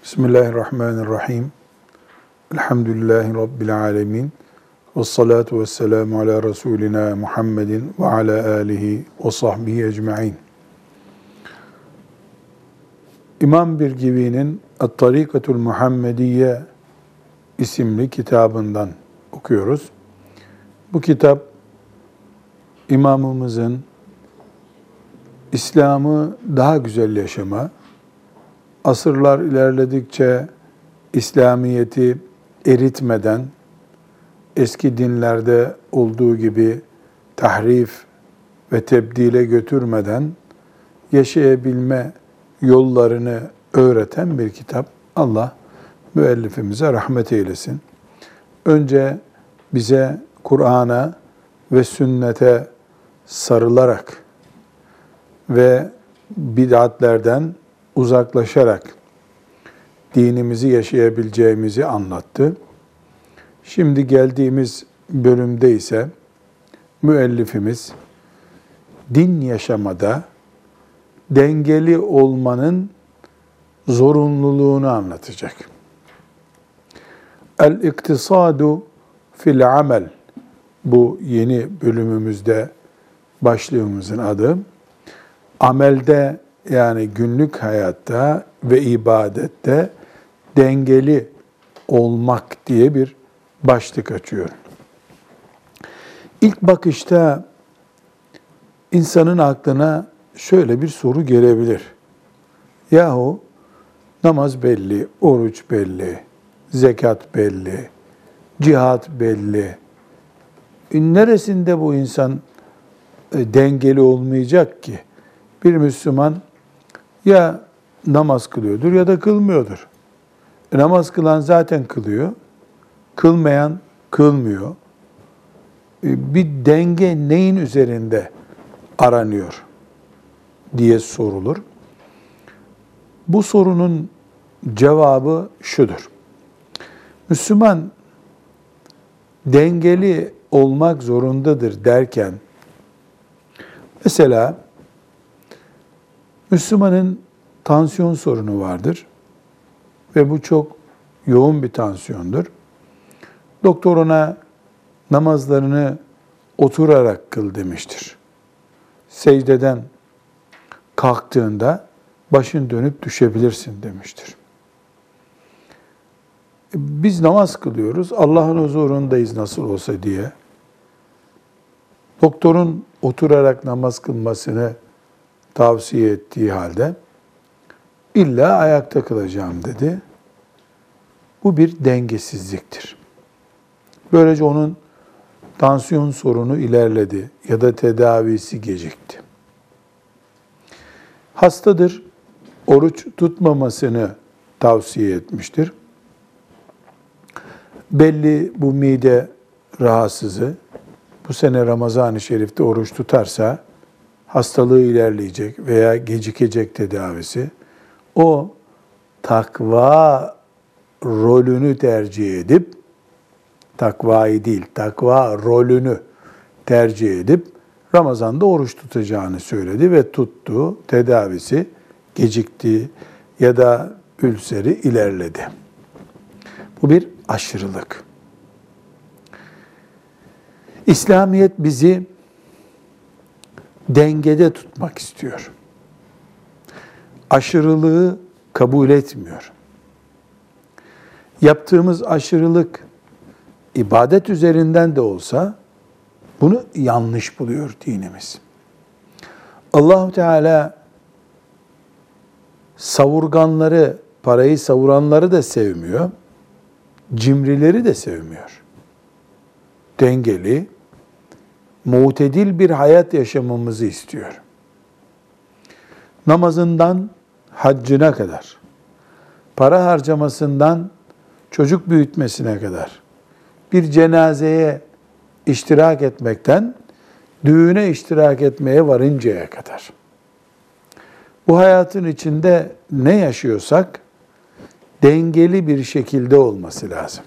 Bismillahirrahmanirrahim. Elhamdülillahi Rabbil alemin. Vessalatu vesselamu ala Resulina Muhammedin ve ala alihi ve sahbihi ecma'in. İmam Birgivi'nin Et-Tarikatul Muhammediye isimli kitabından okuyoruz. Bu kitap, İmamımızın İslam'ı daha güzel yaşama, asırlar ilerledikçe İslamiyet'i eritmeden, eski dinlerde olduğu gibi tahrif ve tebdile götürmeden yaşayabilme yollarını öğreten bir kitap. Allah müellifimize rahmet eylesin. Önce bize Kur'an'a ve sünnete sarılarak ve bid'atlerden uzaklaşarak dinimizi yaşayabileceğimizi anlattı. Şimdi geldiğimiz bölümde ise müellifimiz din yaşamada dengeli olmanın zorunluluğunu anlatacak. El-iktisadu fil amel, bu yeni bölümümüzde başlığımızın adı. Amelde, yani günlük hayatta ve ibadette dengeli olmak diye bir başlık açıyor. İlk bakışta insanın aklına şöyle bir soru gelebilir. Yahu namaz belli, oruç belli, zekat belli, cihat belli. Neresinde bu insan dengeli olmayacak ki? Bir Müslüman ya namaz kılıyordur ya da kılmıyordur. Namaz kılan zaten kılıyor, kılmayan kılmıyor. Bir denge neyin üzerinde aranıyor diye sorulur. Bu sorunun cevabı şudur. Müslüman dengeli olmak zorundadır derken, mesela Müslümanın tansiyon sorunu vardır ve bu çok yoğun bir tansiyondur. Doktor ona namazlarını oturarak kıl demiştir. Secdeden kalktığında başın dönüp düşebilirsin demiştir. Biz namaz kılıyoruz, Allah'ın huzurundayız nasıl olsa diye. Doktorun oturarak namaz kılmasını tavsiye ettiği halde illa ayakta kılacağım dedi. Bu bir dengesizliktir. Böylece onun tansiyon sorunu ilerledi ya da tedavisi gecikti. Hastadır, oruç tutmamasını tavsiye etmiştir. Belli bu mide rahatsızı, bu sene Ramazan-ı Şerif'te oruç tutarsa hastalığı ilerleyecek veya gecikecek tedavisi. O takva rolünü tercih edip, takvayı değil, takva rolünü tercih edip Ramazan'da oruç tutacağını söyledi ve tuttu. Tedavisi gecikti ya da ülseri ilerledi. Bu bir aşırılık. İslamiyet bizi dengede tutmak istiyor. Aşırılığı kabul etmiyor. Yaptığımız aşırılık ibadet üzerinden de olsa bunu yanlış buluyor dinimiz. Allah-u Teala savurganları, parayı savuranları da sevmiyor, cimrileri de sevmiyor. Dengeli, mu'tedil bir hayat yaşamamızı istiyor. Namazından haccına kadar, para harcamasından çocuk büyütmesine kadar, bir cenazeye iştirak etmekten düğüne iştirak etmeye varıncaya kadar. Bu hayatın içinde ne yaşıyorsak dengeli bir şekilde olması lazım.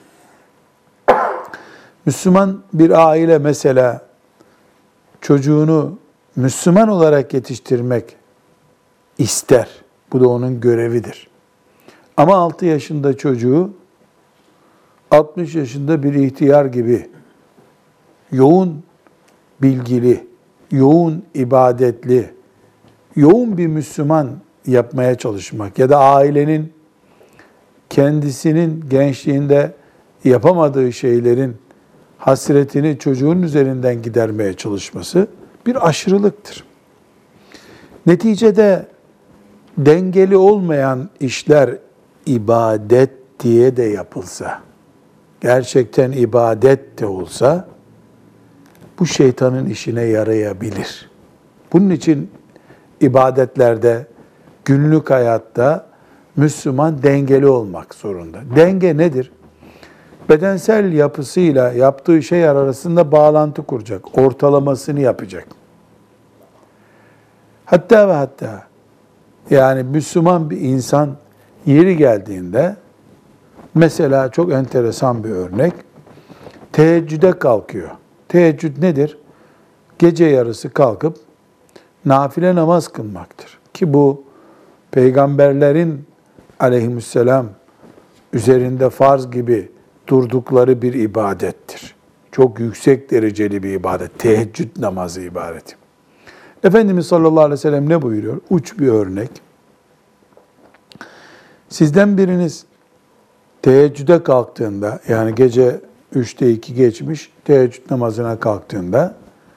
Müslüman bir aile mesela çocuğunu Müslüman olarak yetiştirmek ister. Bu da onun görevidir. Ama 6 yaşında çocuğu 60 yaşında bir ihtiyar gibi yoğun bilgili, yoğun ibadetli, yoğun bir Müslüman yapmaya çalışmak ya da ailenin kendisinin gençliğinde yapamadığı şeylerin hasretini çocuğun üzerinden gidermeye çalışması bir aşırılıktır. Neticede dengeli olmayan işler ibadet diye de yapılsa, gerçekten ibadet de olsa, bu şeytanın işine yarayabilir. Bunun için ibadetlerde, günlük hayatta Müslüman dengeli olmak zorunda. Denge nedir? Bedensel yapısıyla yaptığı şey arasında bağlantı kuracak, ortalamasını yapacak. Hatta ve hatta yani Müslüman bir insan yeri geldiğinde, mesela çok enteresan bir örnek, teheccüde kalkıyor. Teheccüd nedir? Gece yarısı kalkıp nafile namaz kılmaktır. Ki bu peygamberlerin aleyhisselam üzerinde farz gibi durdukları bir ibadettir. Çok yüksek dereceli bir ibadet. Teheccüd namazı ibadeti. Efendimiz sallallahu aleyhi ve sellem ne buyuruyor? Uç bir örnek. Sizden biriniz teheccüde kalktığında, yani gece 3'te 2 geçmiş, teheccüd namazına kalktığında,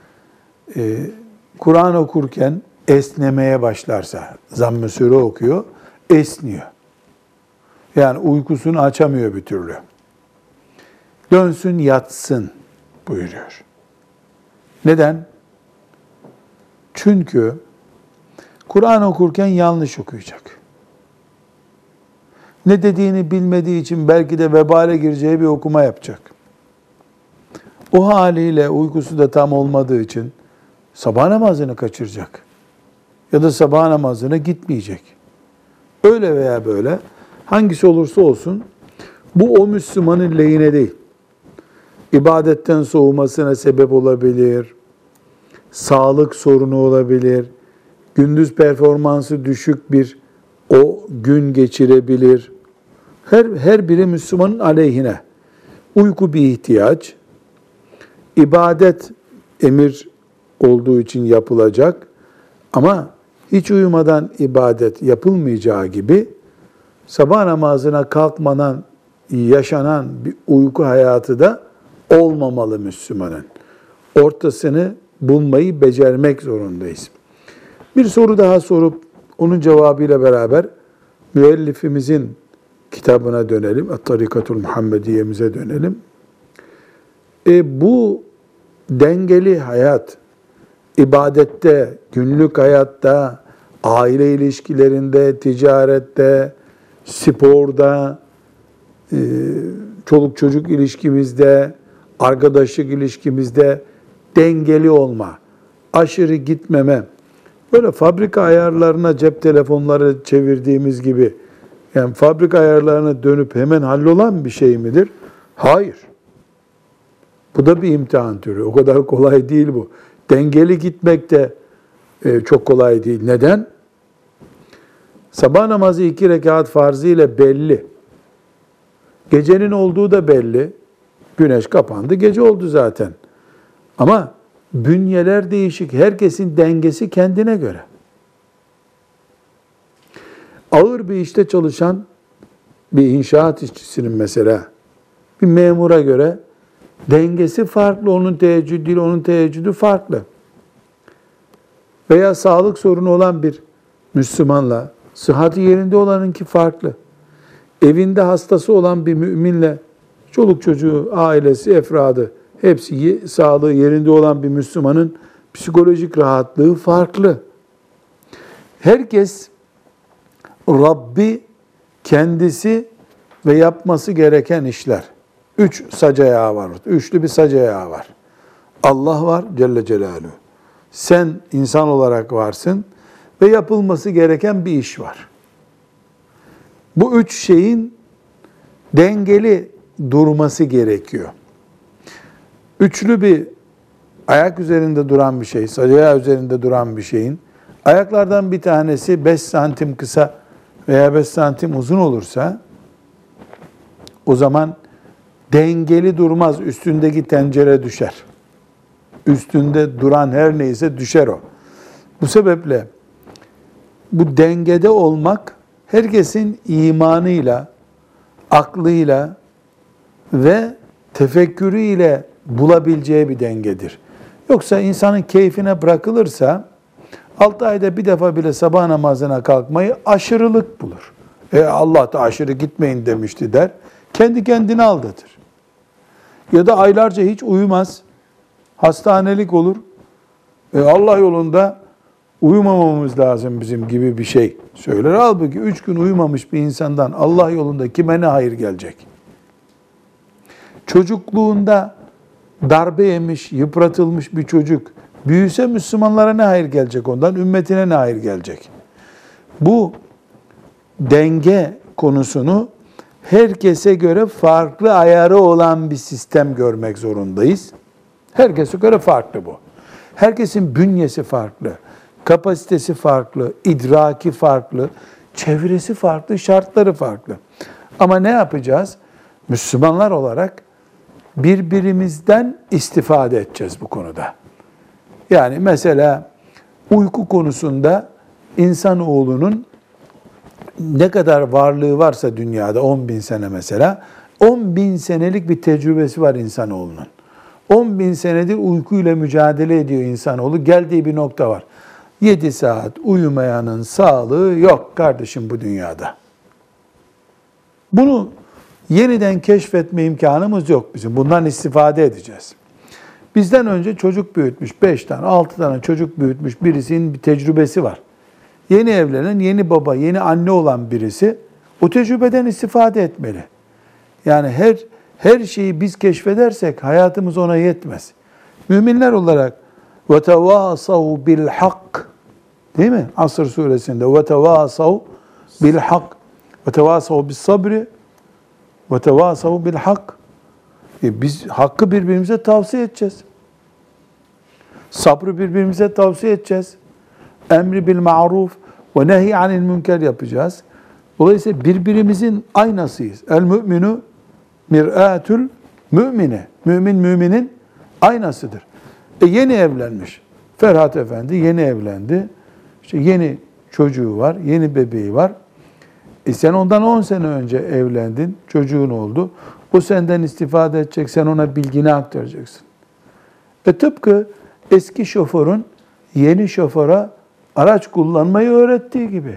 Kur'an okurken esnemeye başlarsa, Zamm-ı Sure okuyor, esniyor. Yani uykusunu açamıyor bir türlü. Dönsün yatsın buyuruyor. Neden? Çünkü Kur'an okurken yanlış okuyacak. Ne dediğini bilmediği için belki de vebale gireceği bir okuma yapacak. O haliyle uykusu da tam olmadığı için sabah namazını kaçıracak. Ya da sabah namazına gitmeyecek. Öyle veya böyle, hangisi olursa olsun, bu o Müslümanın lehine değil. İbadetten soğumasına sebep olabilir, sağlık sorunu olabilir, gündüz performansı düşük bir o gün geçirebilir. Her biri Müslümanın aleyhine. Uyku bir ihtiyaç, ibadet emir olduğu için yapılacak ama hiç uyumadan ibadet yapılmayacağı gibi sabah namazına kalkmadan yaşanan bir uyku hayatı da olmamalı Müslümanın. Ortasını bulmayı becermek zorundayız. Bir soru daha sorup onun cevabıyla beraber müellifimizin kitabına dönelim. Et-Tarikatul Muhammediye'mize dönelim. Bu dengeli hayat, ibadette, günlük hayatta, aile ilişkilerinde, ticarette, sporda, çoluk çocuk ilişkimizde, arkadaşlık ilişkimizde dengeli olma, aşırı gitmeme, böyle fabrika ayarlarına cep telefonları çevirdiğimiz gibi, yani fabrika ayarlarına dönüp hemen hallolan bir şey midir? Hayır. Bu da bir imtihan türü. O kadar kolay değil bu. Dengeli gitmek de çok kolay değil. Neden? Sabah namazı 2 rekat farzı ile belli. Gecenin olduğu da belli. Güneş kapandı, gece oldu zaten. Ama bünyeler değişik. Herkesin dengesi kendine göre. Ağır bir işte çalışan bir inşaat işçisinin mesela bir memura göre dengesi farklı. Onun teheccüdü, onun teheccüdü farklı. Veya sağlık sorunu olan bir Müslümanla sıhhati yerinde olanınki farklı. Evinde hastası olan bir müminle çoluk çocuğu, ailesi, efradı hepsi sağlığı yerinde olan bir Müslümanın psikolojik rahatlığı farklı. Herkes Rabbi kendisi ve yapması gereken işler. 3 sac ayağı var. Üçlü bir sac ayağı var. Allah var Celle Celaluhu. Sen insan olarak varsın ve yapılması gereken bir iş var. Bu 3 şeyin dengeli durması gerekiyor. Üçlü bir ayak üzerinde duran bir şey, sac ayağı üzerinde duran bir şeyin ayaklardan bir tanesi 5 santim kısa veya 5 santim uzun olursa o zaman dengeli durmaz. Üstündeki tencere düşer. Üstünde duran her neyse düşer o. Bu sebeple bu dengede olmak herkesin imanıyla, aklıyla ve tefekkürüyle bulabileceği bir dengedir. Yoksa insanın keyfine bırakılırsa 6 ayda bir defa bile sabah namazına kalkmayı aşırılık bulur. Allah da aşırı gitmeyin demişti der. Kendi kendini aldatır. Ya da aylarca hiç uyumaz. Hastanelik olur. Allah yolunda uyumamamız lazım bizim gibi bir şey söyler. Halbuki 3 gün uyumamış bir insandan Allah yolunda kime ne hayır gelecek? Çocukluğunda darbe yemiş, yıpratılmış bir çocuk büyüse Müslümanlara ne hayır gelecek ondan? Ümmetine ne hayır gelecek? Bu denge konusunu herkese göre farklı ayarı olan bir sistem görmek zorundayız. Herkese göre farklı bu. Herkesin bünyesi farklı, kapasitesi farklı, idraki farklı, çevresi farklı, şartları farklı. Ama ne yapacağız? Müslümanlar olarak birbirimizden istifade edeceğiz bu konuda. Yani mesela uyku konusunda insanoğlunun ne kadar varlığı varsa dünyada 10.000 sene mesela, 10.000 senelik bir tecrübesi var insanoğlunun. 10.000 senedir uykuyla mücadele ediyor insanoğlu. Geldiği bir nokta var. 7 saat uyumayanın sağlığı yok kardeşim bu dünyada. Bunu yeniden keşfetme imkanımız yok bizim. Bundan istifade edeceğiz. Bizden önce çocuk büyütmüş, 5 tane, 6 tane çocuk büyütmüş birisinin bir tecrübesi var. Yeni evlenen, yeni baba, yeni anne olan birisi o tecrübeden istifade etmeli. Yani her şeyi biz keşfedersek hayatımız ona yetmez. Müminler olarak وَتَوَاصَوْا بِالْحَقِّ değil mi? Asr suresinde وَتَوَاصَوْا بِالْحَقِّ وَتَوَاصَوْا بِالصَّبْرِ وَتَوَاصَوْا بِالْحَقِّ Biz hakkı birbirimize tavsiye edeceğiz. Sabrı birbirimize tavsiye edeceğiz. Emri bil ma'ruf ve nehy anil münker yapacağız. Dolayısıyla birbirimizin aynasıyız. El müminu mir'atül mümine. Mümin müminin aynasıdır. Yeni evlenmiş. Ferhat Efendi yeni evlendi. İşte yeni çocuğu var, yeni bebeği var. Sen ondan 10 sene önce evlendin, çocuğun oldu. O senden istifade edecek, sen ona bilgini aktaracaksın. Tıpkı eski şoförün yeni şoföre araç kullanmayı öğrettiği gibi.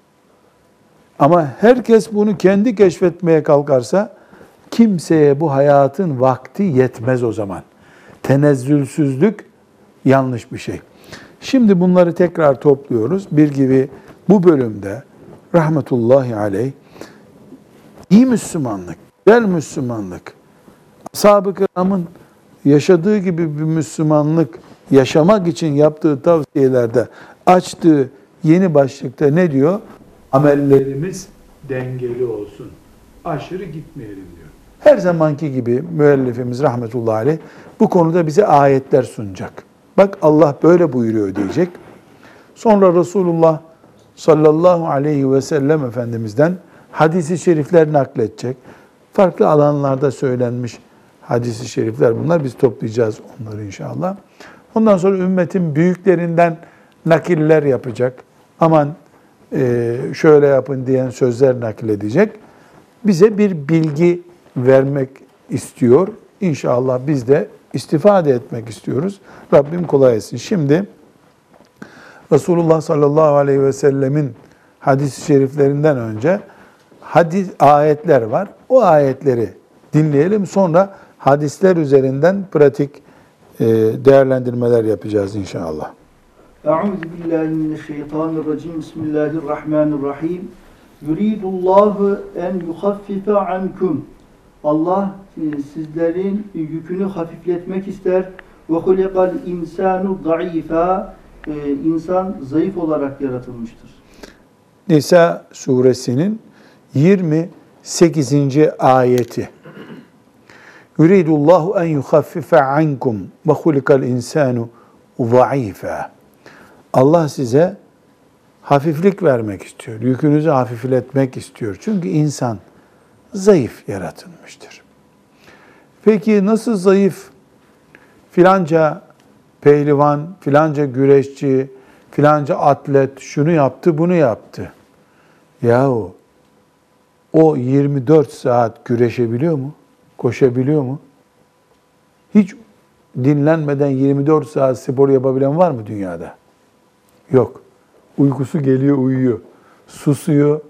Ama herkes bunu kendi keşfetmeye kalkarsa kimseye bu hayatın vakti yetmez o zaman. Tenezzülsüzlük yanlış bir şey. Şimdi bunları tekrar topluyoruz. Bir gibi bu bölümde rahmetullahi aleyh iyi Müslümanlık, güzel Müslümanlık, ashab-ı kiramın yaşadığı gibi bir Müslümanlık yaşamak için yaptığı tavsiyelerde açtığı yeni başlıkta ne diyor? Amellerimiz dengeli olsun. Aşırı gitmeyelim diyor. Her zamanki gibi müellifimiz rahmetullahi aleyh bu konuda bize ayetler sunacak. Bak Allah böyle buyuruyor diyecek. Sonra Resulullah sallallahu aleyhi ve sellem Efendimiz'den hadis-i şerifler nakledecek. Farklı alanlarda söylenmiş hadis-i şerifler bunlar. Biz toplayacağız onları inşallah. Ondan sonra ümmetin büyüklerinden nakiller yapacak. Aman şöyle yapın diyen sözler nakledecek. Bize bir bilgi vermek istiyor. İnşallah biz de istifade etmek istiyoruz. Rabbim kolay etsin. Şimdi Resulullah sallallahu aleyhi ve sellemin hadis-i şeriflerinden önce ayetler var. O ayetleri dinleyelim. Sonra hadisler üzerinden pratik değerlendirmeler yapacağız inşallah. Euzubillahimineşşeytanirracim. Bismillahirrahmanirrahim. Yuridullahu en yuhaffife ankum. Allah sizlerin yükünü hafifletmek ister. Ve hulikal insanu zayıfa. İnsan zayıf olarak yaratılmıştır. Nisa suresinin 28. ayeti. Yuridullahu en yuhaffife ankum ve hulikal insanu zayıfa. Allah size hafiflik vermek istiyor. Yükünüzü hafifletmek istiyor. Çünkü insan zayıf yaratılmıştır. Peki nasıl zayıf? Filanca pehlivan, filanca güreşçi, filanca atlet şunu yaptı, bunu yaptı. Yahu o 24 saat güreşebiliyor mu? Koşabiliyor mu? Hiç dinlenmeden 24 saat spor yapabilen var mı dünyada? Yok. Uykusu geliyor, uyuyor. Susuyor,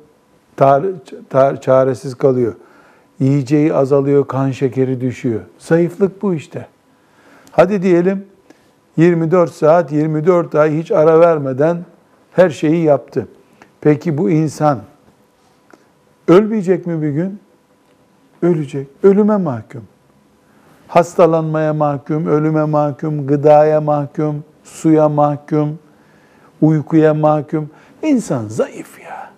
çaresiz kalıyor. Yiyeceği azalıyor, kan şekeri düşüyor. Zayıflık bu işte. Hadi diyelim 24 saat, 24 ay hiç ara vermeden her şeyi yaptı. Peki bu insan ölmeyecek mi bir gün? Ölecek. Ölüme mahkum. Hastalanmaya mahkum, ölüme mahkum, gıdaya mahkum, suya mahkum, uykuya mahkum. İnsan zayıf ya.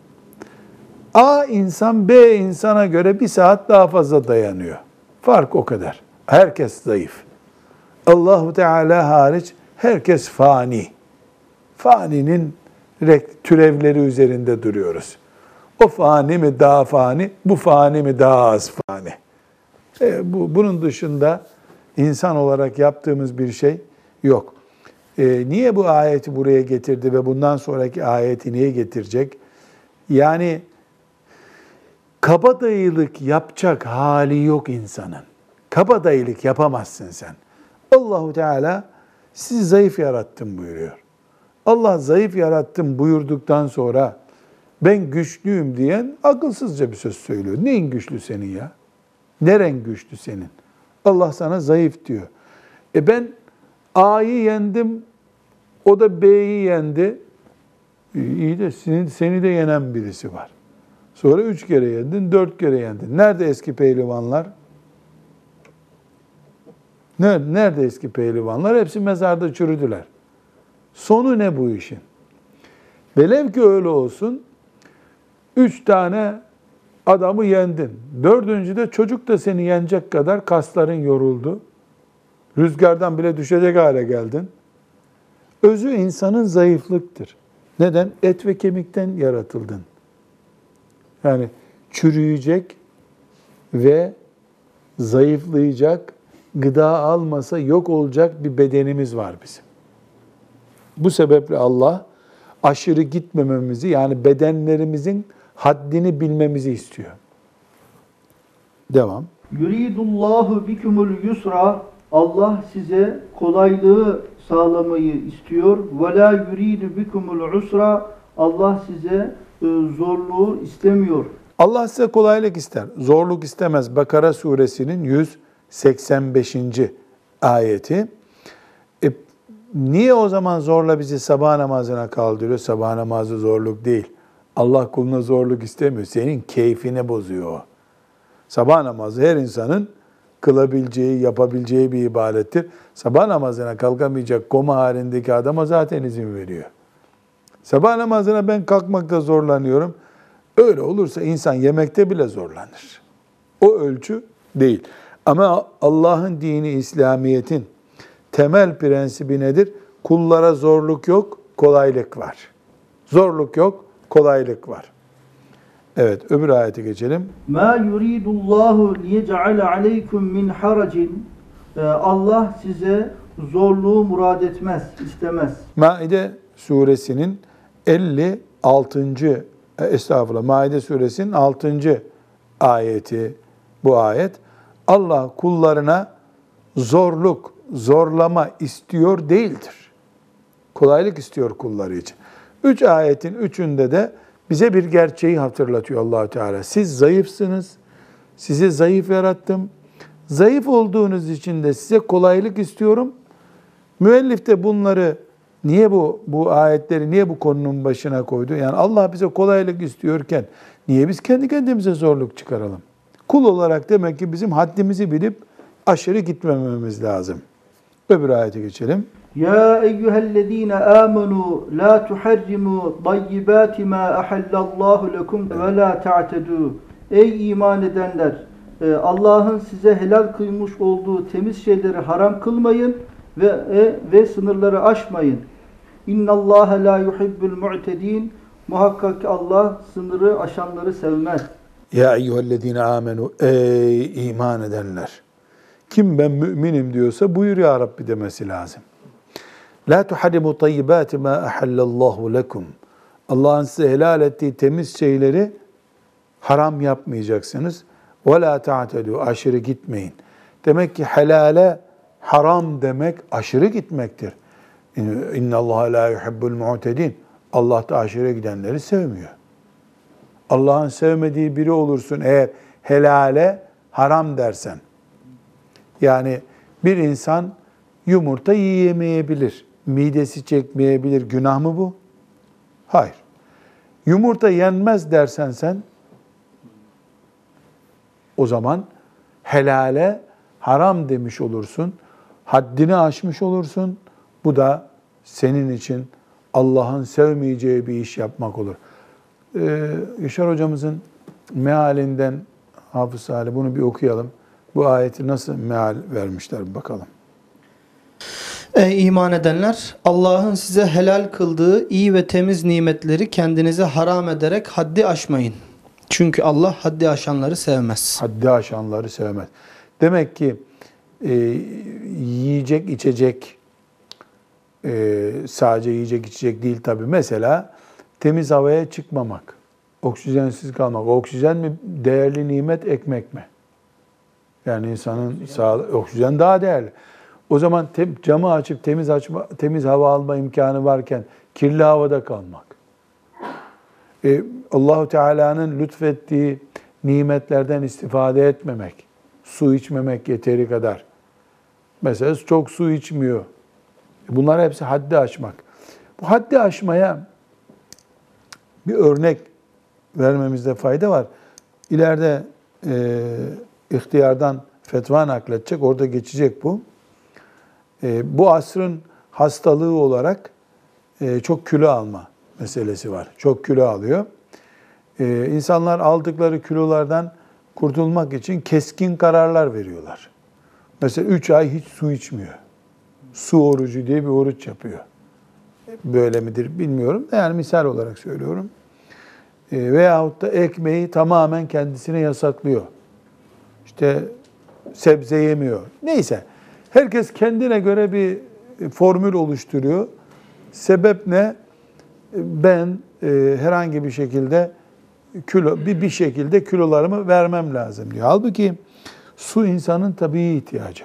A insan B insana göre bir saat daha fazla dayanıyor. Fark o kadar. Herkes zayıf. Allahu Teala hariç herkes fani. Faninin türevleri üzerinde duruyoruz. O fani mi daha fani, bu fani mi daha az fani? Bunun dışında insan olarak yaptığımız bir şey yok. Niye bu ayeti buraya getirdi ve bundan sonraki ayeti niye getirecek? Yani kabadayılık yapacak hali yok insanın. Kabadayılık yapamazsın sen. Allahu Teala sizi zayıf yarattım buyuruyor. Allah zayıf yarattım buyurduktan sonra ben güçlüyüm diyen akılsızca bir söz söylüyor. Neyin güçlü senin ya? Neren güçlü senin? Allah sana zayıf diyor. Ben A'yı yendim, o da B'yi yendi. İyi de seni de yenen birisi var. Sonra 3 kere yendin, 4 kere yendin. Nerede eski pehlivanlar? Nerede eski pehlivanlar? Hepsi mezarda çürüdüler. Sonu ne bu işin? Velev ki öyle olsun, 3 tane adamı yendin. 4. çocuk da seni yenecek kadar kasların yoruldu. Rüzgardan bile düşecek hale geldin. Özü insanın zayıflıktır. Neden? Et ve kemikten yaratıldın. Yani çürüyecek ve zayıflayacak, gıda almasa yok olacak bir bedenimiz var bizim. Bu sebeple Allah aşırı gitmememizi, yani bedenlerimizin haddini bilmemizi istiyor. Devam. Yuridullahu bikumul yusra. Allah size kolaylığı sağlamayı istiyor. Ve la yuridu bikumul usra. Allah size zorluğu istemiyor. Allah size kolaylık ister, zorluk istemez. Bakara suresinin 185. ayeti. Niye o zaman zorla bizi sabah namazına kaldırıyor? Sabah namazı zorluk değil. Allah kuluna zorluk istemiyor. Senin keyfini bozuyor o. Sabah namazı her insanın kılabileceği, yapabileceği bir ibadettir. Sabah namazına kalkamayacak koma halindeki adama zaten izin veriyor. Sabah namazına ben kalkmakta zorlanıyorum. Öyle olursa insan yemekte bile zorlanır. O ölçü değil. Ama Allah'ın dini, İslamiyet'in temel prensibi nedir? Kullara zorluk yok, kolaylık var. Zorluk yok, kolaylık var. Evet, öbür ayete geçelim. Ma yuridullahu liyec'ale aleykum min haracin. Allah size zorluğu murad etmez, istemez. Maide suresinin 56. Maide suresinin 6. ayeti bu ayet. Allah kullarına zorluk, zorlama istiyor değildir. Kolaylık istiyor kulları için. 3 ayetin 3'ünde de bize bir gerçeği hatırlatıyor Allah Teala. Siz zayıfsınız. Sizi zayıf yarattım. Zayıf olduğunuz için de size kolaylık istiyorum. Müellif de bunları niye bu ayetleri niye bu konunun başına koydu? Yani Allah bize kolaylık istiyorken niye biz kendi kendimize zorluk çıkaralım? Kul olarak demek ki bizim haddimizi bilip aşırı gitmememiz lazım. Öbür ayete geçelim. Ya eyyühellezine amenu la tuharrimu tayyibati ma ahallallahu lekum ve la ta'tedu. Ey iman edenler! Allah'ın size helal kıymış olduğu temiz şeyleri haram kılmayın ve sınırları aşmayın. İnnallâhe la yuhibbul mu'tedîn. Muhakkak ki Allah sınırı aşanları sevmez. Ya eyyühellezine amenu, ey iman edenler. Kim ben müminim diyorsa buyur ya Rabbi demesi lazım. La tuharimu tayyibati ma ahallallahu lekum. Allah'ın size helal ettiği temiz şeyleri haram yapmayacaksınız. Ve la ta'tedu, aşırı gitmeyin. Demek ki helale haram demek aşırı gitmektir. İnna Allah la yuhibbul mu'tedin. Allah da aşırı gidenleri sevmiyor. Allah'ın sevmediği biri olursun eğer helale haram dersen. Yani bir insan yumurta yiyemeyebilir, midesi çekmeyebilir. Günah mı bu? Hayır. Yumurta yenmez dersen sen, o zaman helale haram demiş olursun, haddini aşmış olursun. Bu da senin için Allah'ın sevmeyeceği bir iş yapmak olur. Yaşar hocamızın mealinden Hafız Salih, bunu bir okuyalım. Bu ayeti nasıl meal vermişler bir bakalım. Ey iman edenler! Allah'ın size helal kıldığı iyi ve temiz nimetleri kendinize haram ederek haddi aşmayın. Çünkü Allah haddi aşanları sevmez. Haddi aşanları sevmez. Demek ki yiyecek içecek, sadece yiyecek içecek değil tabii. Mesela temiz havaya çıkmamak, oksijensiz kalmak. Oksijen mi değerli nimet, ekmek mi? Yani insanın sağlığı, oksijen daha değerli. O zaman camı açıp temiz hava alma imkanı varken kirli havada kalmak. Allahu Teala'nın lütfettiği nimetlerden istifade etmemek, su içmemek yeteri kadar. Mesela çok su içmiyor. Bunlar hepsi haddi aşmak. Bu haddi aşmaya bir örnek vermemizde fayda var. İleride ihtiyardan fetva nakledecek, orada geçecek bu. Bu asrın hastalığı olarak çok kilo alma meselesi var. Çok kilo alıyor. İnsanlar aldıkları kilolardan kurtulmak için keskin kararlar veriyorlar. Mesela 3 ay hiç su içmiyor. Su orucu diye bir oruç yapıyor. Böyle midir bilmiyorum. Yani misal olarak söylüyorum. Veyahut da ekmeği tamamen kendisine yasaklıyor. İşte sebze yemiyor. Neyse. Herkes kendine göre bir formül oluşturuyor. Sebep ne? Ben herhangi bir şekilde bir şekilde kilolarımı vermem lazım diyor. Halbuki su insanın tabii ihtiyacı.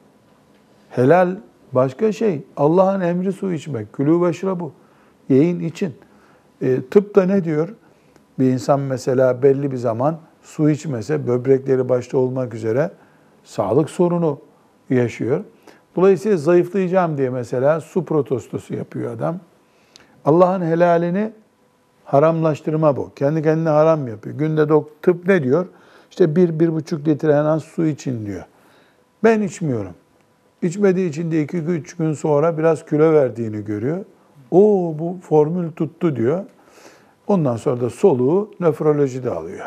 Helal başka şey. Allah'ın emri su içmek. Külü veşrabu. Yiyin için. Tıpta ne diyor? Bir insan mesela belli bir zaman su içmese böbrekleri başta olmak üzere sağlık sorunu yaşıyor. Dolayısıyla zayıflayacağım diye mesela su protestosu yapıyor adam. Allah'ın helalini haramlaştırma bu. Kendi kendine haram yapıyor. Günde tıp ne diyor? İşte 1-1,5 litre en az su için diyor. Ben içmiyorum. İçmediği için de 2-3 gün sonra biraz kilo verdiğini görüyor. Bu formül tuttu diyor. Ondan sonra da soluğu nefrolojide alıyor.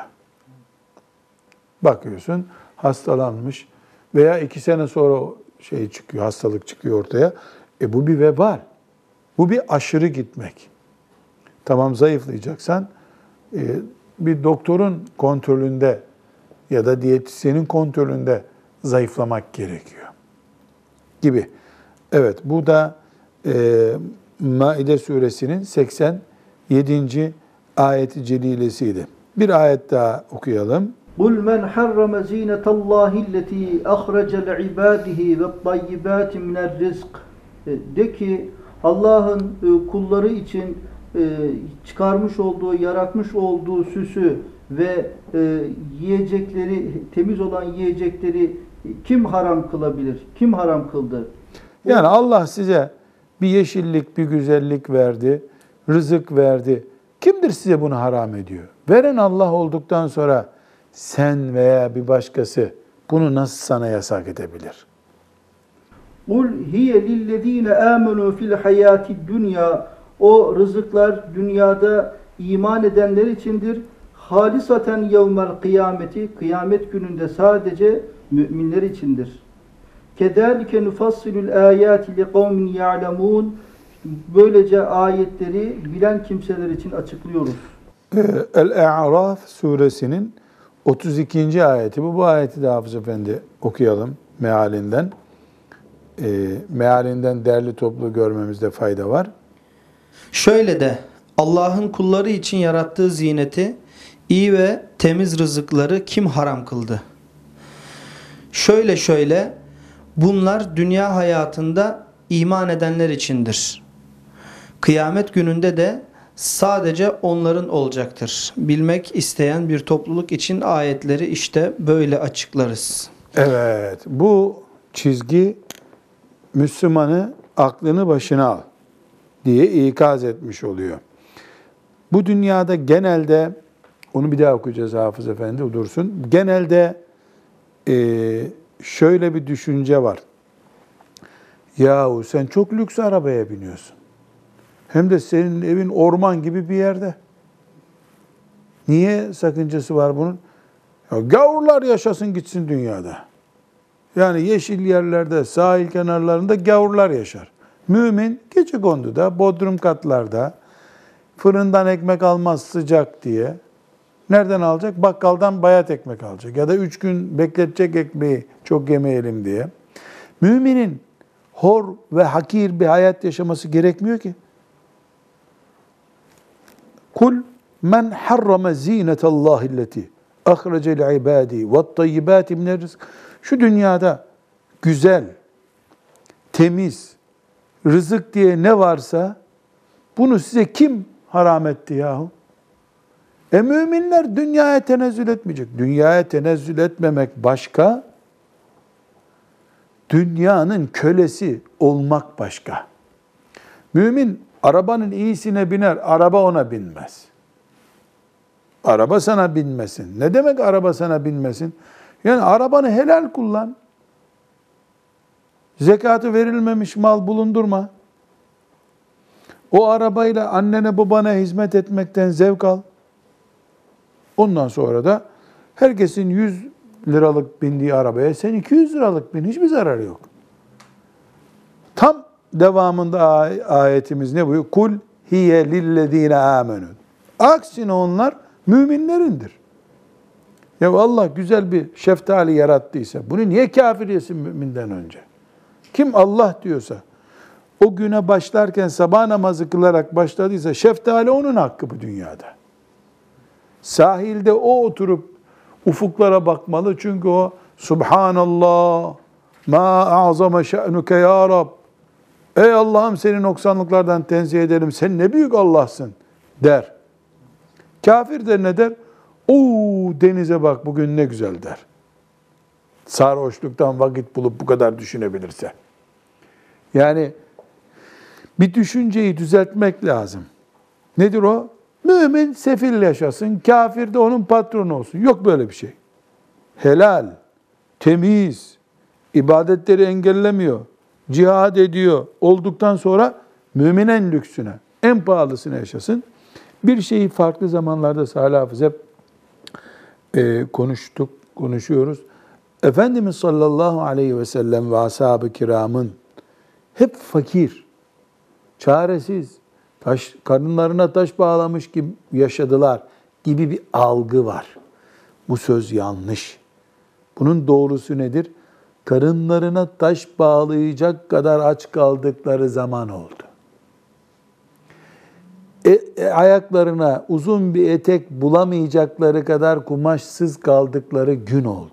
Bakıyorsun hastalanmış veya 2 sene sonra hastalık çıkıyor ortaya. Bu bir vebal. Bu bir aşırı gitmek. Tamam, zayıflayacaksan bir doktorun kontrolünde ya da diyetisyenin kontrolünde zayıflamak gerekiyor gibi. Evet, bu da Maide suresinin 87. ayeti celilesiydi. Bir ayet daha okuyalım. قُلْ مَنْ حَرَّمَ زِينَةَ اللّٰهِ الَّتِي أَخْرَجَ لِعِبَادِهِ وَالطَّيِّبَاتِ مِنَ الرِّزْقِ De ki Allah'ın kulları için çıkarmış olduğu, yaratmış olduğu süsü ve yiyecekleri, temiz olan yiyecekleri kim haram kılabilir? Kim haram kıldı? Yani Allah size bir yeşillik, bir güzellik verdi, rızık verdi. Kimdir size bunu haram ediyor? Veren Allah olduktan sonra sen veya bir başkası bunu nasıl sana yasak edebilir? قُلْ هِيَ لِلَّذ۪ينَ آمَنُوا فِي الْحَيَاتِ الدُّنْيَا O rızıklar dünyada iman edenler içindir. Halisaten yevmel kıyameti Kıyamet gününde sadece müminler içindir. كَذَٰلِكَ نُفَصِّلُ الْآيَاتِ لِقَوْمٍ يَعْلَمُونَ Böylece ayetleri bilen kimseler için açıklıyoruz. El-A'raf suresinin 32. ayeti. Bu ayeti de Hafız Efendi okuyalım mealinden. Mealinden derli toplu görmemizde fayda var. Şöyle de Allah'ın kulları için yarattığı zineti, iyi ve temiz rızıkları kim haram kıldı? Şöyle bunlar dünya hayatında iman edenler içindir. Kıyamet gününde de sadece onların olacaktır. Bilmek isteyen bir topluluk için ayetleri işte böyle açıklarız. Evet, bu çizgi Müslümanı aklını başına al diye ikaz etmiş oluyor. Bu dünyada genelde, onu bir daha okuyacağız Hafız Efendi, dursun. Genelde şöyle bir düşünce var. Yahu sen çok lüks arabaya biniyorsun. Hem de senin evin orman gibi bir yerde. Niye sakıncası var bunun? Ya gavurlar yaşasın gitsin dünyada. Yani yeşil yerlerde, sahil kenarlarında gavurlar yaşar. Mümin gecekonduda, bodrum katlarda, fırından ekmek almaz sıcak diye. Nereden alacak? Bakkaldan bayat ekmek alacak. Ya da 3 gün bekletecek ekmeği çok yemeyelim diye. Müminin hor ve hakir bir hayat yaşaması gerekmiyor ki. Kul men harrama zinetallahi allati ahrece li'ibadi ve't-tayyibati minel rizk. Şu dünyada güzel, temiz, rızık diye ne varsa bunu size kim haram etti yahu? Müminler dünyaya tenezzül etmeyecek. Dünyaya tenezzül etmemek başka, dünyanın kölesi olmak başka. Mümin arabanın iyisine biner, araba ona binmez. Araba sana binmesin. Ne demek araba sana binmesin? Yani arabanı helal kullan. Zekatı verilmemiş mal bulundurma. O arabayla annene babana hizmet etmekten zevk al. Ondan sonra da herkesin 100 liralık bindiği arabaya sen 200 liralık bin. Hiçbir zararı yok. Tam devamında ayetimiz ne buyuruyor? Kul hiye lillezine amenu. Aksine onlar müminlerindir. Ya Allah güzel bir şeftali yarattıysa bunu niye kafir yesin müminden önce? Kim Allah diyorsa, o güne başlarken sabah namazı kılarak başladıysa şeftali onun hakkı bu dünyada. Sahilde o oturup ufuklara bakmalı çünkü o Subhanallah ma a'zama şe'nuke ya Rab. Ey Allah'ım seni noksanlıklardan tenzih ederim. Sen ne büyük Allah'sın der. Kafir de ne der? Oo denize bak bugün ne güzel der. Sarhoşluktan vakit bulup bu kadar düşünebilirse. Yani bir düşünceyi düzeltmek lazım. Nedir o? Mümin sefil yaşasın, kafir de onun patronu olsun. Yok böyle bir şey. Helal, temiz, ibadetleri engellemiyor, cihad ediyor olduktan sonra mümin en lüksüne, en pahalısına yaşasın. Bir şeyi farklı zamanlarda Salih Hafız hep konuşuyoruz. Efendimiz sallallahu aleyhi ve sellem ve ashab-ı kiramın hep fakir, çaresiz, karınlarına taş bağlamış gibi yaşadılar gibi bir algı var. Bu söz yanlış. Bunun doğrusu nedir? Karınlarına taş bağlayacak kadar aç kaldıkları zaman oldu. Ayaklarına uzun bir etek bulamayacakları kadar kumaşsız kaldıkları gün oldu.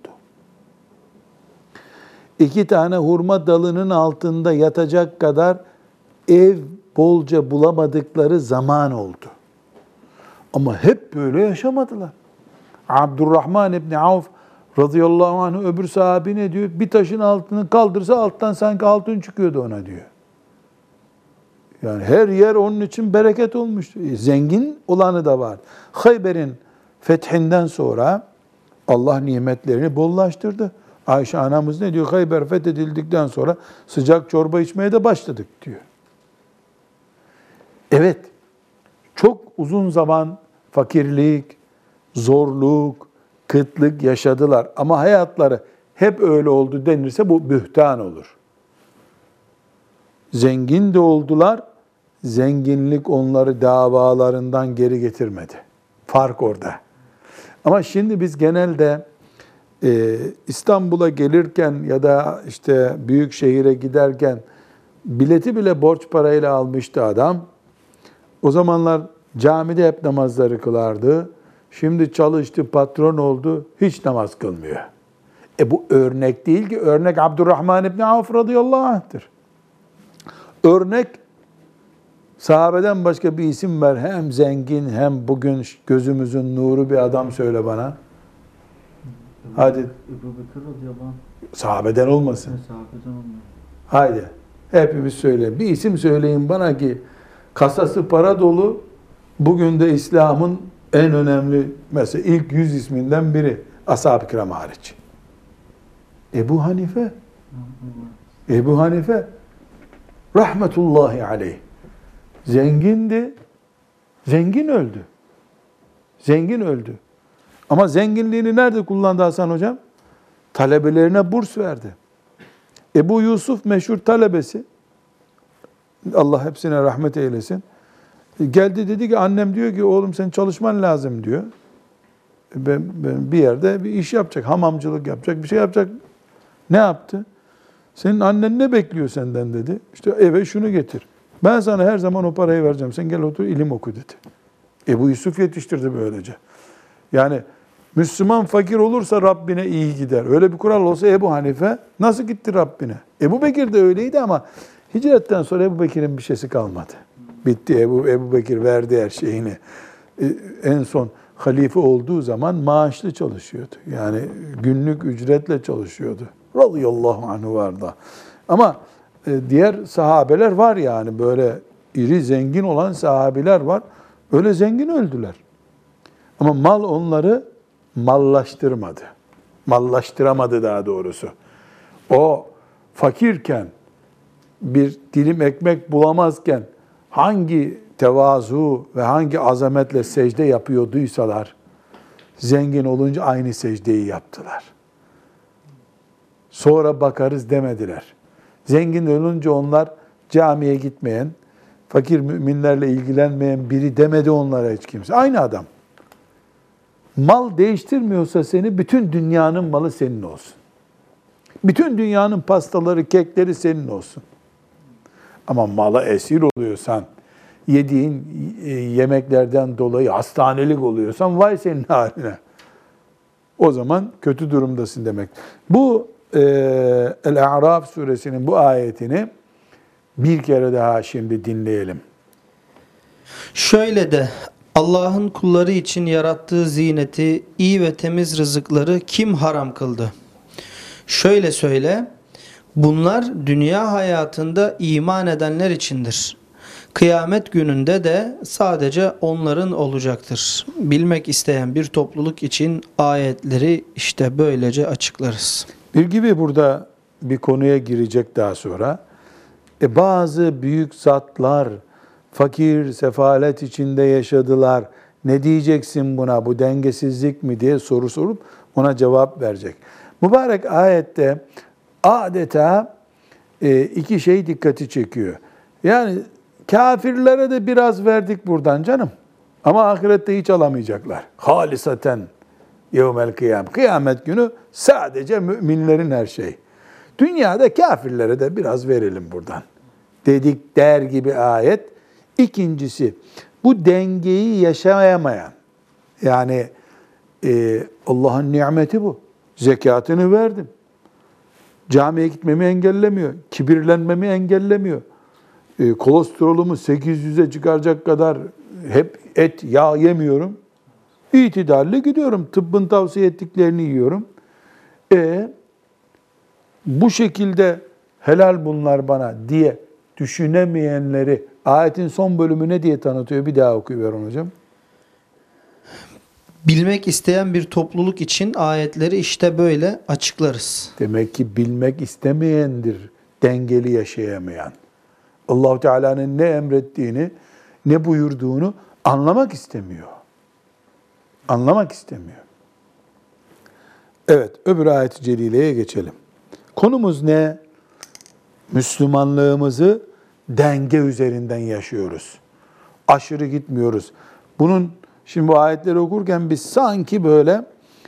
2 tane hurma dalının altında yatacak kadar ev bolca bulamadıkları zaman oldu. Ama hep böyle yaşamadılar. Abdurrahman İbni Avf radıyallahu anh öbür sahabi ne diyor? Bir taşın altını kaldırsa alttan sanki altın çıkıyordu ona diyor. Yani her yer onun için bereket olmuş. Zengin olanı da var. Hayber'in fethinden sonra Allah nimetlerini bollaştırdı. Ayşe anamız ne diyor? Hayber fethedildikten sonra sıcak çorba içmeye de başladık diyor. Evet, çok uzun zaman fakirlik, zorluk, kıtlık yaşadılar. Ama hayatları hep öyle oldu denirse bu bühtan olur. Zengin de oldular, zenginlik onları davalarından geri getirmedi. Fark orada. Ama şimdi biz genelde İstanbul'a gelirken ya da işte büyük şehire giderken bileti bile borç parayla almıştı adam. O zamanlar camide hep namazları kılardı. Şimdi çalıştı, patron oldu, hiç namaz kılmıyor. Bu örnek değil ki. Örnek Abdurrahman İbni Avf radıyallahu anh'tır. Örnek sahabeden başka bir isim ver. Hem zengin hem bugün gözümüzün nuru bir adam söyle bana. Hadi. Ebu Bekir radıyallahu anh. Sahabeden olmasın. Sahabeden olmuyor. Haydi. Hepimiz söyleyin. Bir isim söyleyin bana ki kasası para dolu, bugün de İslam'ın en önemli, mesela ilk 100 isminden biri. Ashab-ı kiram hariç. Ebu Hanife. Ebu Hanife rahmetullahi aleyh. Zengindi. Zengin öldü. Zengin öldü. Ama zenginliğini nerede kullandı Hasan hocam? Talebelerine burs verdi. Ebu Yusuf meşhur talebesi. Allah hepsine rahmet eylesin. Geldi dedi ki annem diyor ki oğlum sen çalışman lazım diyor. Ben bir yerde bir iş yapacak, hamamcılık yapacak, bir şey yapacak. Ne yaptı? Senin annen ne bekliyor senden dedi. İşte eve şunu getir. Ben sana her zaman o parayı vereceğim. Sen gel otur ilim oku dedi. Ebu Yusuf yetiştirdi böylece. Yani Müslüman fakir olursa Rabbine iyi gider. Öyle bir kural olsa Ebu Hanife nasıl gitti Rabbine? Ebu Bekir de öyleydi ama hicretten sonra Ebu Bekir'in bir şeysi kalmadı. Bitti. Ebu Bekir verdi her şeyini. En son halife olduğu zaman maaşlı çalışıyordu. Yani günlük ücretle çalışıyordu. Radıyallahu anhu vardı. Ama diğer sahabeler var yani böyle iri zengin olan sahabeler var. Öyle zengin öldüler. Ama mal onları mallaştırmadı. Mallaştıramadı daha doğrusu. O fakirken bir dilim ekmek bulamazken hangi tevazu ve hangi azametle secde yapıyorduysalar zengin olunca aynı secdeyi yaptılar. Sonra bakarız demediler. Zengin olunca onlar camiye gitmeyen, fakir müminlerle ilgilenmeyen biri demedi onlara hiç kimse. Aynı adam. Mal değiştirmiyorsa seni, bütün dünyanın malı senin olsun. Bütün dünyanın pastaları, kekleri senin olsun. Ama mala esir oluyorsan, yediğin yemeklerden dolayı hastanelik oluyorsan, vay senin haline. O zaman kötü durumdasın demek. Bu El-A'raf suresinin bu ayetini bir kere daha şimdi dinleyelim. Şöyle de Allah'ın kulları için yarattığı zineti, iyi ve temiz rızıkları kim haram kıldı? Şöyle söyle, bunlar dünya hayatında iman edenler içindir. Kıyamet gününde de sadece onların olacaktır. Bilmek isteyen bir topluluk için ayetleri işte böylece açıklarız. Bir gibi burada bir konuya girecek daha sonra. Bazı büyük zatlar fakir, sefalet içinde yaşadılar. Ne diyeceksin buna? Bu dengesizlik mi diye soru sorup ona cevap verecek. Mübarek ayette adeta iki şey dikkati çekiyor. Yani kafirlere de biraz verdik buradan canım. Ama ahirette hiç alamayacaklar. Halisaten yevmel kıyam. Kıyamet günü sadece müminlerin her şey. Dünyada kafirlere de biraz verelim buradan. Dedik der gibi ayet. İkincisi, bu dengeyi yaşayamayan, yani Allah'ın nimeti bu. Zekatını verdim. Camiye gitmemi engellemiyor. Kibirlenmemi engellemiyor. Kolesterolümü 800'e çıkaracak kadar hep et, yağ yemiyorum. İtidalli gidiyorum. Tıbbın tavsiye ettiklerini yiyorum. Bu şekilde helal bunlar bana diye düşünemeyenleri ayetin son bölümü ne diye tanıtıyor? Bir daha okuyuver onu hocam. Bilmek isteyen bir topluluk için ayetleri işte böyle açıklarız. Demek ki bilmek istemeyendir dengeli yaşayamayan. Allah-u Teala'nın ne emrettiğini, ne buyurduğunu anlamak istemiyor. Anlamak istemiyor. Evet, öbür ayet-i celileye geçelim. Konumuz ne? Müslümanlığımızı denge üzerinden yaşıyoruz. Aşırı gitmiyoruz. Bunun şimdi bu ayetleri okurken biz sanki böyle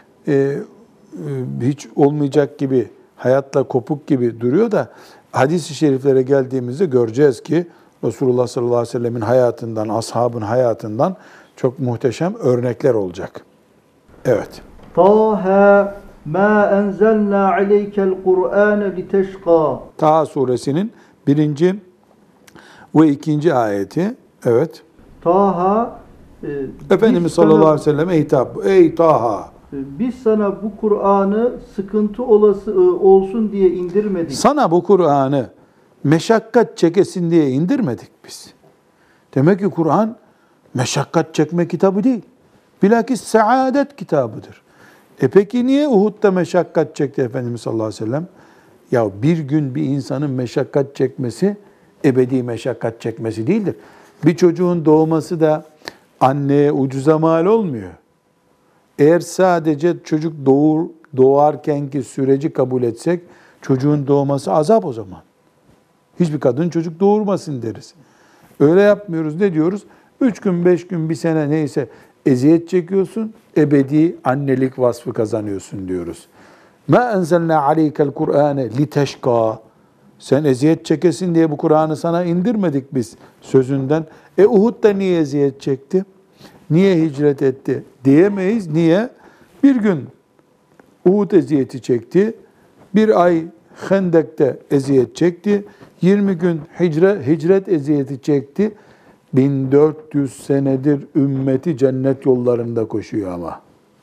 hiç olmayacak gibi, hayatla kopuk gibi duruyor da hadis-i şeriflere geldiğimizde göreceğiz ki Resulullah sallallahu aleyhi ve sellemin hayatından, ashabın hayatından çok muhteşem örnekler olacak. Evet. Taha ma enzelna aleykel Kur'ane liteşqa. Taha suresinin 1. ve 2. ayeti. Evet. Taha Efendimiz sallallahu aleyhi ve selleme hitap. Ey Taha! Biz sana bu Kur'an'ı sıkıntı olsun diye indirmedik. Sana bu Kur'an'ı meşakkat çekesin diye indirmedik biz. Demek ki Kur'an meşakkat çekme kitabı değil. Bilakis saadet kitabıdır. Peki niye Uhud'da meşakkat çekti Efendimiz sallallahu aleyhi ve sellem? Ya bir gün bir insanın meşakkat çekmesi ebedi meşakkat çekmesi değildir. Bir çocuğun doğması da anneye ucuza mal olmuyor. Eğer sadece çocuk doğarkenki süreci kabul etsek çocuğun doğması azap o zaman. Hiçbir kadın çocuk doğurmasın deriz. Öyle yapmıyoruz. Ne diyoruz? 3 gün, 5 gün, bir sene neyse eziyet çekiyorsun, ebedi annelik vasfı kazanıyorsun diyoruz. مَا اَنْزَلْنَا عَلَيْكَ الْقُرْآنَ لِتَشْقَى. Sen eziyet çekesin diye bu Kur'an'ı sana indirmedik biz sözünden. Uhud'da niye eziyet çekti? Niye hicret etti? Diyemeyiz. Niye? Bir gün Uhud eziyeti çekti. Bir ay Hendek'te eziyet çekti. 20 gün hicret eziyeti çekti. 1400 senedir ümmeti cennet yollarında koşuyor ama.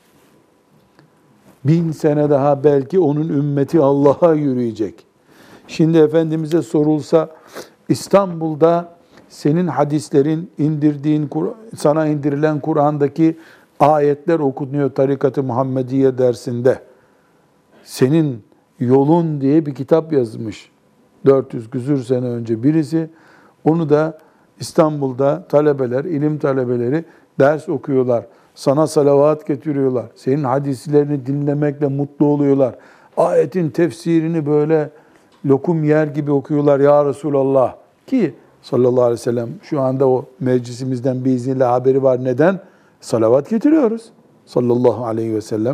1000 sene daha belki onun ümmeti Allah'a yürüyecek. Şimdi Efendimiz'e sorulsa İstanbul'da senin hadislerin sana indirilen Kur'an'daki ayetler okunuyor Tarikat-ı Muhammediye dersinde. Senin Yolun diye bir kitap yazmış 400 küsur sene önce birisi. Onu da İstanbul'da talebeler, ilim talebeleri ders okuyorlar. Sana salavat getiriyorlar. Senin hadislerini dinlemekle mutlu oluyorlar. Ayetin tefsirini böyle lokum yer gibi okuyorlar ya Resulallah. Ki sallallahu aleyhi ve sellem şu anda o meclisimizden biiznillah haberi var. Neden? Salavat getiriyoruz sallallahu aleyhi ve sellem.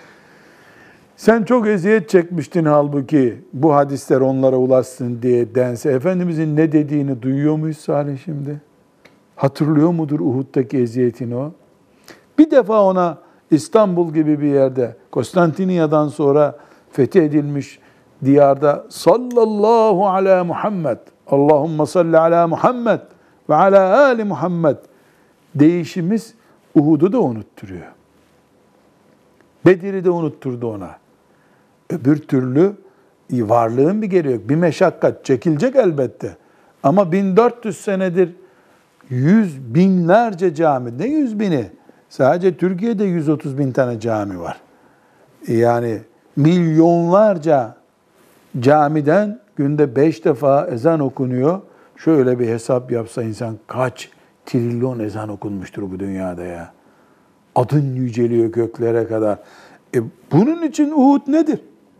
Sen çok eziyet çekmiştin halbuki bu hadisler onlara ulaşsın diye dense Efendimizin ne dediğini duyuyor muyuz Salih şimdi? Hatırlıyor mudur Uhud'daki eziyetini o? Bir defa ona İstanbul gibi bir yerde Konstantiniyye'den sonra fethedilmiş diyarda sallallahu ala Muhammed, Allahümme salli ala Muhammed ve ala ali Muhammed değişimiz Uhud'u da unutturuyor. Bedir'i de unutturdu ona. Öbür türlü varlığın bir gereği yok. Bir meşakkat çekilecek elbette. Ama 1400 senedir yüz binlerce cami, ne 100 bini? Sadece Türkiye'de 130 bin tane cami var. Yani milyonlarca camiden günde 5 defa ezan okunuyor. Şöyle bir hesap yapsa insan kaç trilyon ezan okunmuştur bu dünyada ya. Adın yüceliyor göklere kadar. Bunun için Uhud nedir?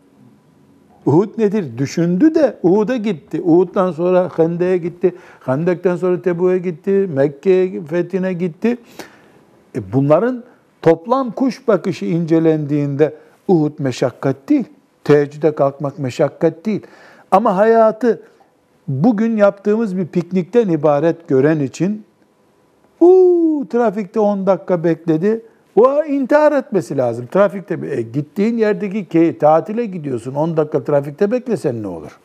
Uhud nedir? Düşündü de Uhud'a gitti. Uhud'dan sonra Hendek'e gitti. Hendek'ten sonra Tebuk'e gitti. Mekke'ye fethine gitti. Bunların toplam kuş bakışı incelendiğinde Uhud meşakkat değil. Teheccüde kalkmak meşakkat değil. Ama hayatı bugün yaptığımız bir piknikten ibaret gören için trafikte 10 dakika bekledi. O intihar etmesi lazım. Trafikte gittiğin yerdeki tatile gidiyorsun. 10 dakika trafikte beklesen ne olur?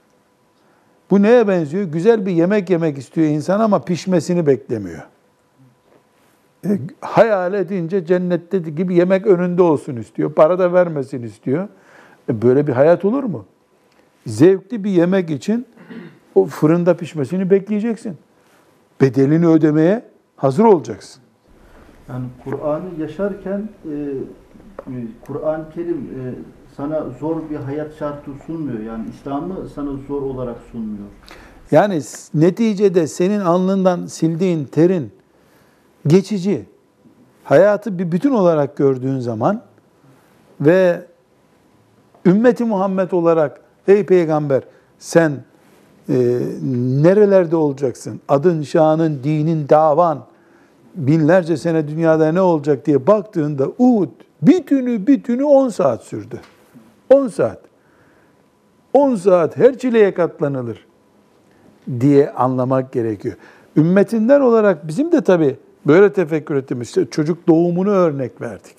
Bu neye benziyor? Güzel bir yemek yemek istiyor insan ama pişmesini beklemiyor. Hayal edince cennette gibi yemek önünde olsun istiyor. Para da vermesin istiyor. Böyle bir hayat olur mu? Zevkli bir yemek için o fırında pişmesini bekleyeceksin. Bedelini ödemeye hazır olacaksın. Yani Kur'an'ı yaşarken Kur'an-ı Kerim sana zor bir hayat şartı sunmuyor. Yani İslam'ı sana zor olarak sunmuyor. Yani neticede senin alnından sildiğin terin geçici. Hayatı bir bütün olarak gördüğün zaman ve ümmeti Muhammed olarak ey peygamber sen nerelerde olacaksın? Adın, şanın, dinin, davan binlerce sene dünyada ne olacak diye baktığında Uhud bütünü 10 saat sürdü. 10 saat. 10 saat her çileye katlanılır diye anlamak gerekiyor. Ümmetinden olarak bizim de tabii böyle tefekkür ettiğimiz işte çocuk doğumunu örnek verdik.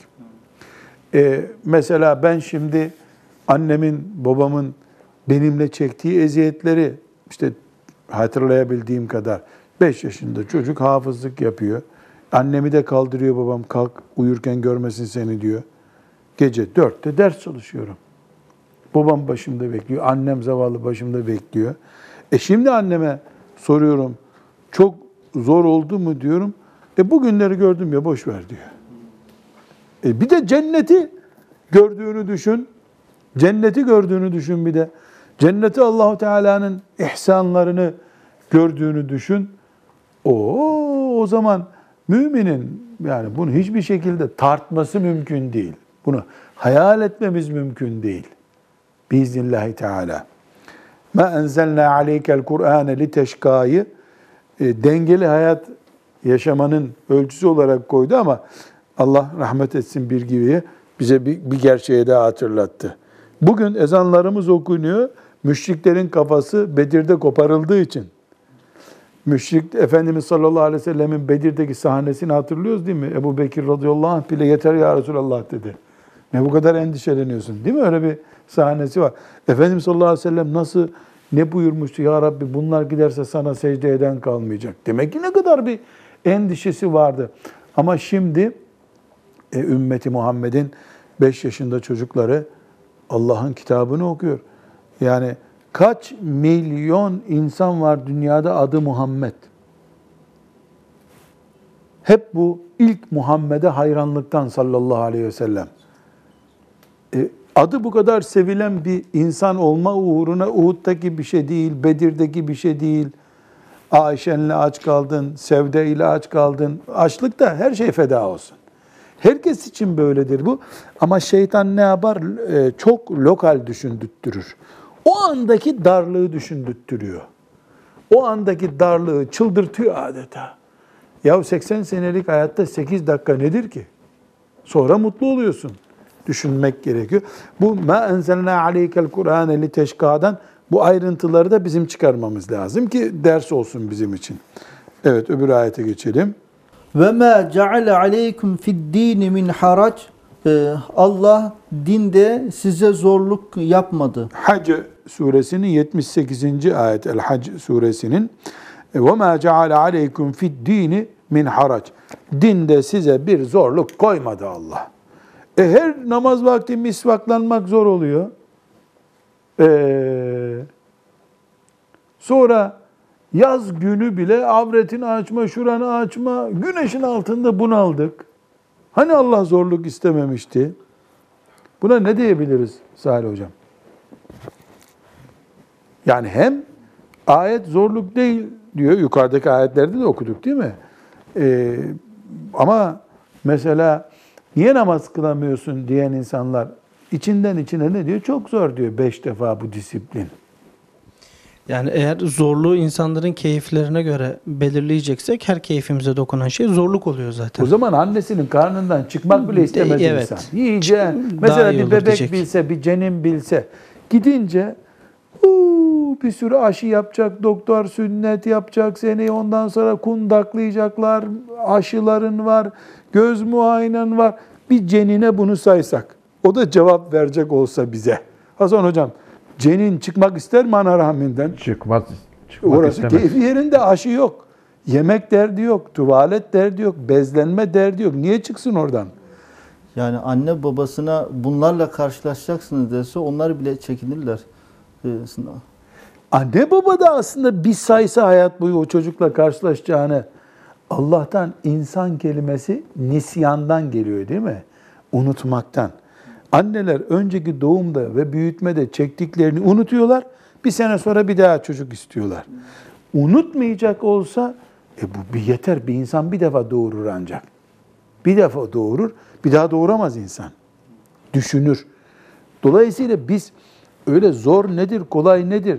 Mesela ben şimdi annemin, babamın benimle çektiği eziyetleri işte hatırlayabildiğim kadar 5 yaşında çocuk hafızlık yapıyor. Annemi de kaldırıyor babam, kalk uyurken görmesin seni diyor. Gece 4'te ders çalışıyorum. Babam başımda bekliyor, annem zavallı başımda bekliyor. Şimdi anneme soruyorum, çok zor oldu mu diyorum. Bugünleri gördüm ya, boş ver diyor. Bir de cenneti gördüğünü düşün. Cenneti gördüğünü düşün bir de. Cenneti Allahu Teala'nın ihsanlarını gördüğünü düşün. O zaman müminin yani bunu hiçbir şekilde tartması mümkün değil. Bunu hayal etmemiz mümkün değil. Biiznillahü Teala. Ma enzelna aleykel Kur'ane liteşkâ'yı dengeli hayat yaşamanın ölçüsü olarak koydu ama Allah rahmet etsin bir gibiye bize bir gerçeği daha hatırlattı. Bugün ezanlarımız okunuyor. Müşriklerin kafası Bedir'de koparıldığı için. Müşrik Efendimiz sallallahu aleyhi ve sellemin Bedir'deki sahnesini hatırlıyoruz değil mi? Ebu Bekir radıyallahu anh bile yeter ya Resulallah dedi. Ne bu kadar endişeleniyorsun değil mi? Öyle bir sahnesi var. Efendimiz sallallahu aleyhi ve sellem nasıl ne buyurmuştu? Ya Rabbi bunlar giderse sana secde eden kalmayacak. Demek ki ne kadar bir endişesi vardı. Ama şimdi ümmeti Muhammed'in 5 yaşında çocukları Allah'ın kitabını okuyor. Yani kaç milyon insan var dünyada adı Muhammed. Hep bu ilk Muhammed'e hayranlıktan sallallahu aleyhi ve sellem. Adı bu kadar sevilen bir insan olma uğruna Uhud'daki bir şey değil, Bedir'deki bir şey değil. Ayşen'le aç kaldın, Sevde ile aç kaldın. Açlıkta her şey feda olsun. Herkes için böyledir bu. Ama şeytan ne yapar? Çok lokal düşündürtürür. O andaki darlığı düşündürtüyor. O andaki darlığı çıldırtıyor adeta. Ya 80 senelik hayatta 8 dakika nedir ki? Sonra mutlu oluyorsun. Düşünmek gerekiyor. Bu ma enzelna aleykel Kur'ane liteşkâ'dan bu ayrıntıları da bizim çıkarmamız lazım ki ders olsun bizim için. Evet, öbür ayete geçelim. Ve ma ceale aleykum fi'd-din min harac. Allah dinde size zorluk yapmadı. Hac suresinin 78. ayet, El-Hac suresinin ve ma ceale aleykum fi'd-din min harac. Dinde size bir zorluk koymadı Allah. Her namaz vakti misvaklanmak zor oluyor. Sonra yaz günü bile avretini açma, şuranı açma, güneşin altında bunaldık. Hani Allah zorluk istememişti? Buna ne diyebiliriz Salih Hocam? Yani hem ayet zorluk değil diyor, yukarıdaki ayetlerde de okuduk değil mi? Ama mesela niye namaz kılamıyorsun diyen insanlar içinden içine ne diyor? Çok zor diyor 5 defa bu disiplin. Yani eğer zorluğu insanların keyiflerine göre belirleyeceksek her keyfimize dokunan şey zorluk oluyor zaten. O zaman annesinin karnından çıkmak bile istemez Evet. insan. Yiyeceği, mesela bir bebek diyecek. bilse, bir cenin bilse, gidince bir sürü aşı yapacak, doktor sünnet yapacak seni, ondan sonra kundaklayacaklar, aşıların var, göz muayenen var. Bir cenine bunu saysak, o da cevap verecek olsa bize. Hasan Hocam, cenin çıkmak ister mi ana rahminden? Çıkmak Orası istemez. keyfi yerinde, aşı yok. Yemek derdi yok, tuvalet derdi yok, bezlenme derdi yok. Niye çıksın oradan? Yani anne babasına bunlarla karşılaşacaksınız dese onlar bile çekinirler. Anne baba da aslında bir saysa hayat boyu o çocukla karşılaşacağını, Allah'tan insan kelimesi nisyandan geliyor değil mi? Unutmaktan. Anneler önceki doğumda ve büyütmede çektiklerini unutuyorlar. Bir sene sonra bir daha çocuk istiyorlar. Unutmayacak olsa bu bir yeter. Bir insan bir defa doğurur ancak. Bir defa doğurur, bir daha doğuramaz insan. Düşünür. Dolayısıyla biz öyle zor nedir, kolay nedir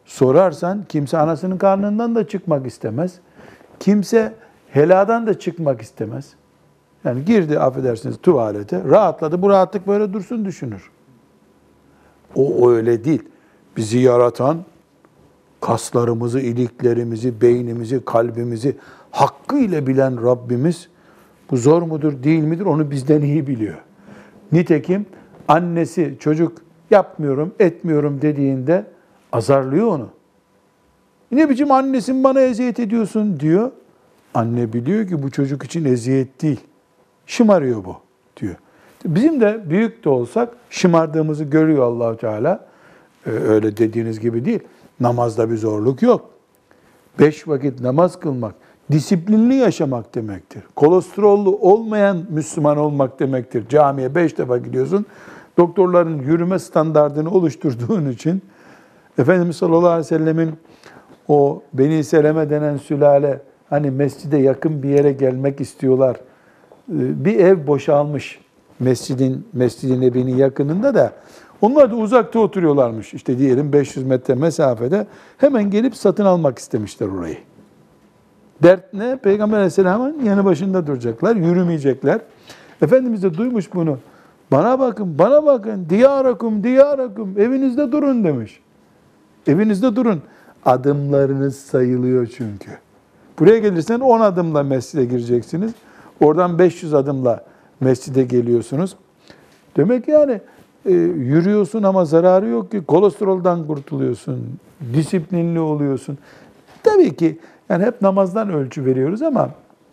Sorarsan kimse anasının karnından da çıkmak istemez. Kimse heladan da çıkmak istemez. Yani girdi affedersiniz tuvalete, rahatladı. Bu rahatlık böyle dursun düşünür. O öyle değil. Bizi yaratan, kaslarımızı, iliklerimizi, beynimizi, kalbimizi hakkıyla bilen Rabbimiz bu zor mudur, değil midir onu bizden iyi biliyor. Nitekim annesi çocuk yapmıyorum, etmiyorum dediğinde azarlıyor onu. Ne biçim annesin bana eziyet ediyorsun diyor. Anne biliyor ki bu çocuk için eziyet değil. Şımarıyor bu diyor. Bizim de büyük de olsak şımardığımızı görüyor Allah-u Teala. Öyle dediğiniz gibi değil. Namazda bir zorluk yok. 5 vakit namaz kılmak, disiplinli yaşamak demektir. Kolesterolü olmayan Müslüman olmak demektir. Camiye 5 defa gidiyorsun. Doktorların yürüme standardını oluşturduğun için Efendimiz sallallahu aleyhi ve sellemin o Beni Seleme denen sülale hani mescide yakın bir yere gelmek istiyorlar. Bir ev boşalmış Mescid-i Nebi'nin yakınında da onlar da uzakta oturuyorlarmış. İşte diyelim 500 metre mesafede hemen gelip satın almak istemişler orayı. Dert ne? Peygamber aleyhisselamın yanı başında duracaklar, yürümeyecekler. Efendimiz de duymuş bunu. Bana bakın, bana bakın. Diyarakum, diyarakum. Evinizde durun demiş. Evinizde durun. Adımlarınız sayılıyor çünkü. Buraya gelirsen 10 adımla mescide gireceksiniz. Oradan 500 adımla mescide geliyorsunuz. Demek yani yürüyorsun ama zararı yok ki. Kolesteroldan kurtuluyorsun. Disiplinli oluyorsun. Tabii ki yani hep namazdan ölçü veriyoruz ama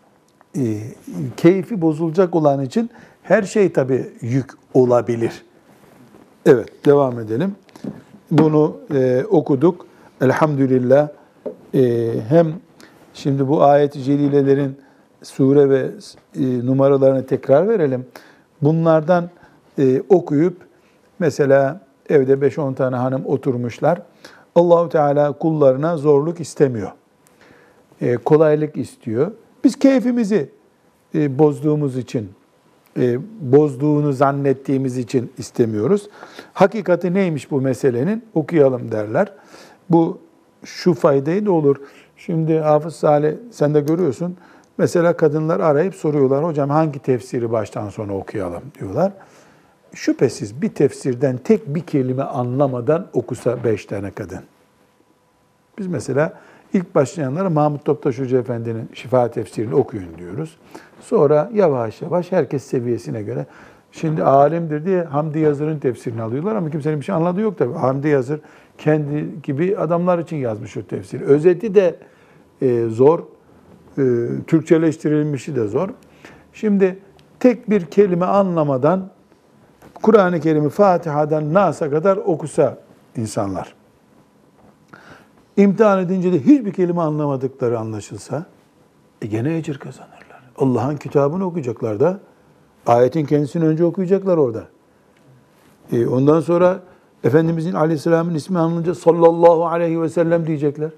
keyfi bozulacak olan için her şey tabii yük olabilir. Evet, devam edelim. Bunu okuduk. Elhamdülillah. Hem şimdi bu ayet-i celilelerin sure ve numaralarını tekrar verelim. Bunlardan okuyup mesela evde 5-10 tane hanım oturmuşlar. Allahu Teala kullarına zorluk istemiyor. Kolaylık istiyor. Biz keyfimizi bozduğumuz için, bozduğunu zannettiğimiz için istemiyoruz. Hakikati neymiş bu meselenin? Okuyalım derler. Bu şu faydayı da olur. Şimdi Hafız Salih sen de görüyorsun. Mesela kadınlar arayıp soruyorlar. Hocam hangi tefsiri baştan sona okuyalım diyorlar. Şüphesiz bir tefsirden tek bir kelime anlamadan okusa 5 tane kadın. Biz mesela ilk başlayanlara Mahmud Toptaş Hoca Efendi'nin Şifa tefsirini okuyun diyoruz. Sonra yavaş yavaş herkes seviyesine göre. Şimdi alimdir diye Hamdi Yazır'ın tefsirini alıyorlar ama kimsenin bir şey anladığı yok tabii. Hamdi Yazır kendi gibi adamlar için yazmış o tefsiri. Özeti de zor, Türkçeleştirilmişi de zor. Şimdi tek bir kelime anlamadan Kur'an-ı Kerim'i Fatiha'dan Nas'a kadar okusa insanlar. İmtihan edince de hiçbir kelime anlamadıkları anlaşılsa gene ecir kazanırlar. Allah'ın kitabını okuyacaklar da ayetin kendisini önce okuyacaklar orada. Ondan sonra Efendimizin Aleyhisselam'ın ismi anılınca sallallahu aleyhi ve sellem diyecekler.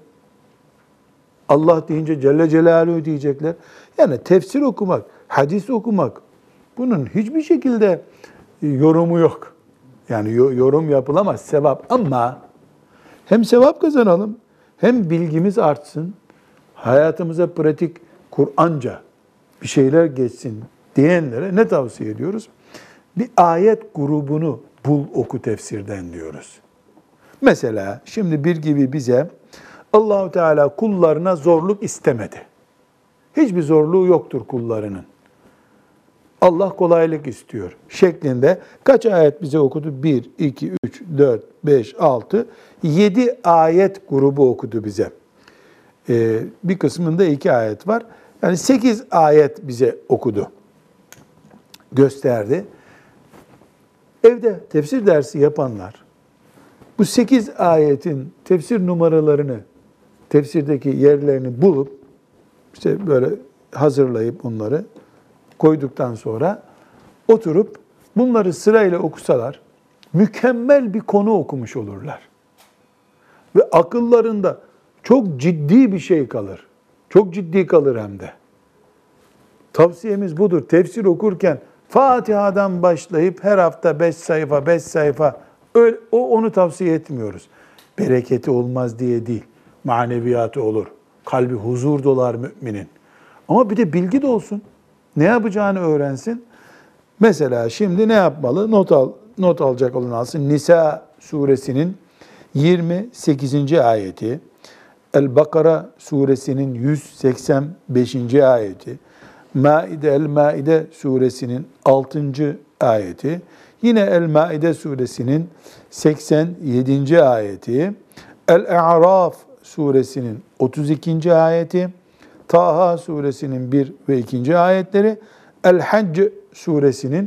Allah deyince Celle Celaluhu diyecekler. Yani tefsir okumak, hadis okumak bunun hiçbir şekilde yorumu yok. Yani yorum yapılamaz, sevap. Ama hem sevap kazanalım, hem bilgimiz artsın, hayatımıza pratik Kur'anca bir şeyler geçsin diyenlere ne tavsiye ediyoruz? Bir ayet grubunu bul oku tefsirden diyoruz. Mesela şimdi bir gibi bize Allah-u Teala kullarına zorluk istemedi. Hiçbir zorluğu yoktur kullarının. Allah kolaylık istiyor şeklinde kaç ayet bize okudu? 1, 2, 3, 4, 5, 6, 7 ayet grubu okudu bize. Bir kısmında 2 ayet var. Yani 8 ayet bize okudu. Gösterdi. Evde tefsir dersi yapanlar bu 8 ayetin tefsir numaralarını, tefsirdeki yerlerini bulup işte böyle hazırlayıp onları koyduktan sonra oturup bunları sırayla okusalar mükemmel bir konu okumuş olurlar. Ve akıllarında çok ciddi bir şey kalır. Çok ciddi kalır hem de. Tavsiyemiz budur. Tefsir okurken Fatiha'dan başlayıp her hafta 5 sayfa onu tavsiye etmiyoruz. bereketi olmaz diye değil. Maneviyatı olur. Kalbi huzur dolar müminin. Ama bir de bilgi de olsun. Ne yapacağını öğrensin. Mesela şimdi ne yapmalı? Not alacak olan alsın. Nisa suresinin 28. ayeti, El-Bakara suresinin 185. ayeti, El-Maide suresinin 6. ayeti, yine El-Maide suresinin 87. ayeti, El-A'raf suresinin 32. ayeti, Taha suresinin 1 ve 2. ayetleri, El-Hac suresinin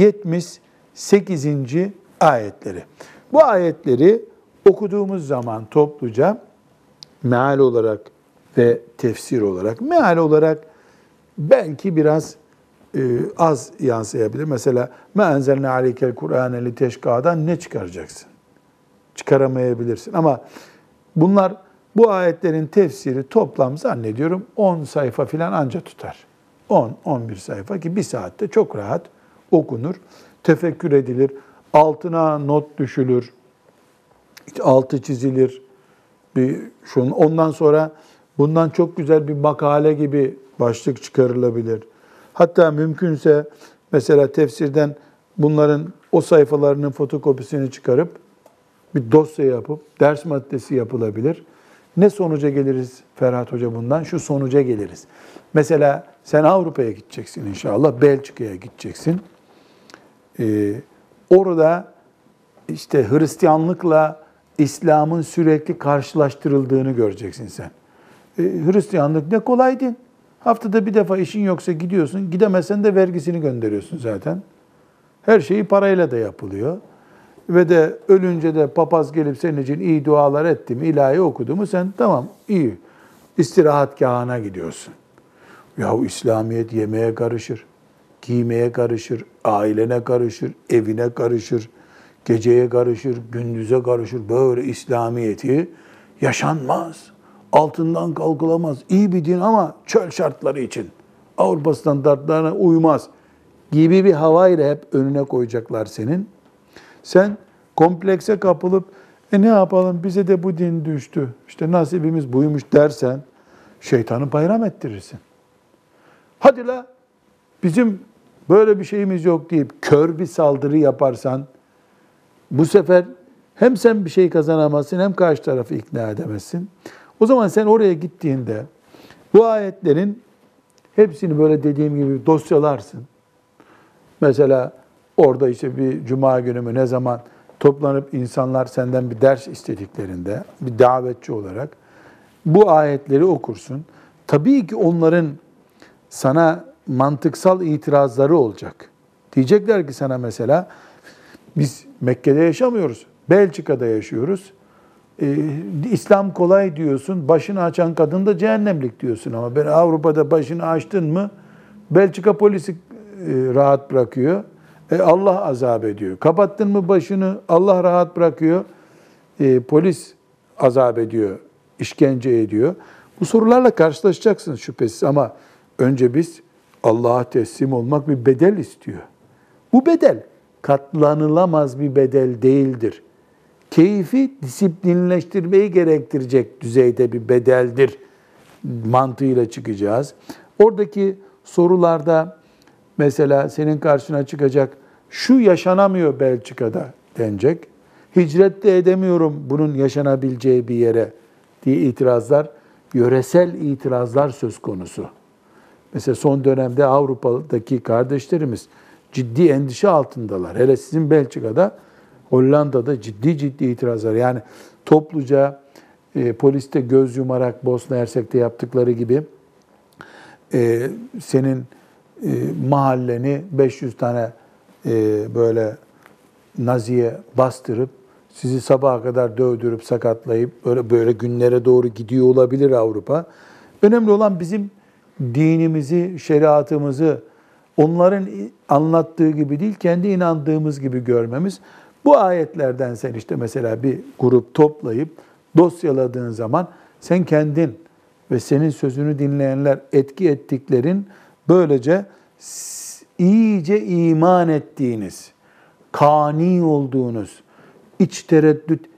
78. ayetleri. Bu ayetleri okuduğumuz zaman topluca meal olarak ve tefsir olarak, meal olarak belki biraz az yansıyabilir. Mesela مَا اَنْزَلْنَا عَلَيْكَ الْقُرْآنَ لِتَشْقَا'dan ne çıkaracaksın? Çıkaramayabilirsin. Ama bu ayetlerin tefsiri toplam zannediyorum 10 sayfa filan anca tutar. 10-11 sayfa ki bir saatte çok rahat okunur, tefekkür edilir, altına not düşülür, altı çizilir. Ondan sonra bundan çok güzel bir makale gibi başlık çıkarılabilir. Hatta mümkünse mesela tefsirden bunların o sayfalarının fotokopisini çıkarıp bir dosya yapıp ders maddesi yapılabilir. Ne sonuca geliriz Ferhat Hoca bundan? Şu sonuca geliriz. Mesela sen Avrupa'ya gideceksin inşallah, Belçika'ya gideceksin. Orada işte Hristiyanlıkla İslam'ın sürekli karşılaştırıldığını göreceksin sen. Hristiyanlık ne kolay din. Haftada bir defa işin yoksa gidiyorsun, gidemezsen de vergisini gönderiyorsun zaten. Her şeyi parayla da yapılıyor. Ve de ölünce de papaz gelip senin için iyi dualar etti mi, ilahi okudu mu sen tamam iyi. İstirahatgahına gidiyorsun. Yahu İslamiyet yemeğe karışır, giymeye karışır, ailene karışır, evine karışır, geceye karışır, gündüze karışır. Böyle İslamiyeti yaşanmaz. Altından kalkılamaz. İyi bir din ama çöl şartları için. Avrupa standartlarına uymaz gibi bir havayla hep önüne koyacaklar senin. Sen komplekse kapılıp ne yapalım bize de bu din düştü, İşte nasibimiz buymuş dersen şeytanı bayram ettirirsin. Hadi la bizim böyle bir şeyimiz yok deyip kör bir saldırı yaparsan bu sefer hem sen bir şey kazanamazsın hem karşı tarafı ikna edemezsin. O zaman sen oraya gittiğinde bu ayetlerin hepsini böyle dediğim gibi dosyalarsın. Mesela orada işte bir cuma günü mü ne zaman toplanıp insanlar senden bir ders istediklerinde bir davetçi olarak bu ayetleri okursun. Tabii ki onların sana mantıksal itirazları olacak. Diyecekler ki sana mesela biz Mekke'de yaşamıyoruz, Belçika'da yaşıyoruz. İslam kolay diyorsun, başını açan kadın da cehennemlik diyorsun ama ben Avrupa'da başını açtın mı Belçika polisi rahat bırakıyor. Allah azap ediyor. Kapattın mı başını Allah rahat bırakıyor. Polis azap ediyor, işkence ediyor. Bu sorularla karşılaşacaksınız şüphesiz ama önce biz Allah'a teslim olmak bir bedel istiyor. Bu bedel katlanılamaz bir bedel değildir. Keyfi disiplinleştirmeyi gerektirecek düzeyde bir bedeldir mantığıyla çıkacağız. Oradaki sorularda mesela senin karşına çıkacak, şu yaşanamıyor Belçika'da denecek. Hicret de edemiyorum bunun yaşanabileceği bir yere diye itirazlar, yöresel itirazlar söz konusu. Mesela son dönemde Avrupa'daki kardeşlerimiz ciddi endişe altındalar. Hele sizin Belçika'da, Hollanda'da ciddi itirazlar. Yani topluca poliste göz yumarak Bosna Hersek'te yaptıkları gibi senin mahalleni 500 tane böyle Nazi'ye bastırıp sizi sabaha kadar dövdürüp sakatlayıp böyle günlere doğru gidiyor olabilir Avrupa. Önemli olan bizim dinimizi, şeriatımızı onların anlattığı gibi değil, kendi inandığımız gibi görmemiz. Bu ayetlerden sen işte mesela bir grup toplayıp dosyaladığın zaman sen kendin ve senin sözünü dinleyenler etki ettiklerin böylece iyice iman ettiğiniz, kani olduğunuz, hiç tereddüt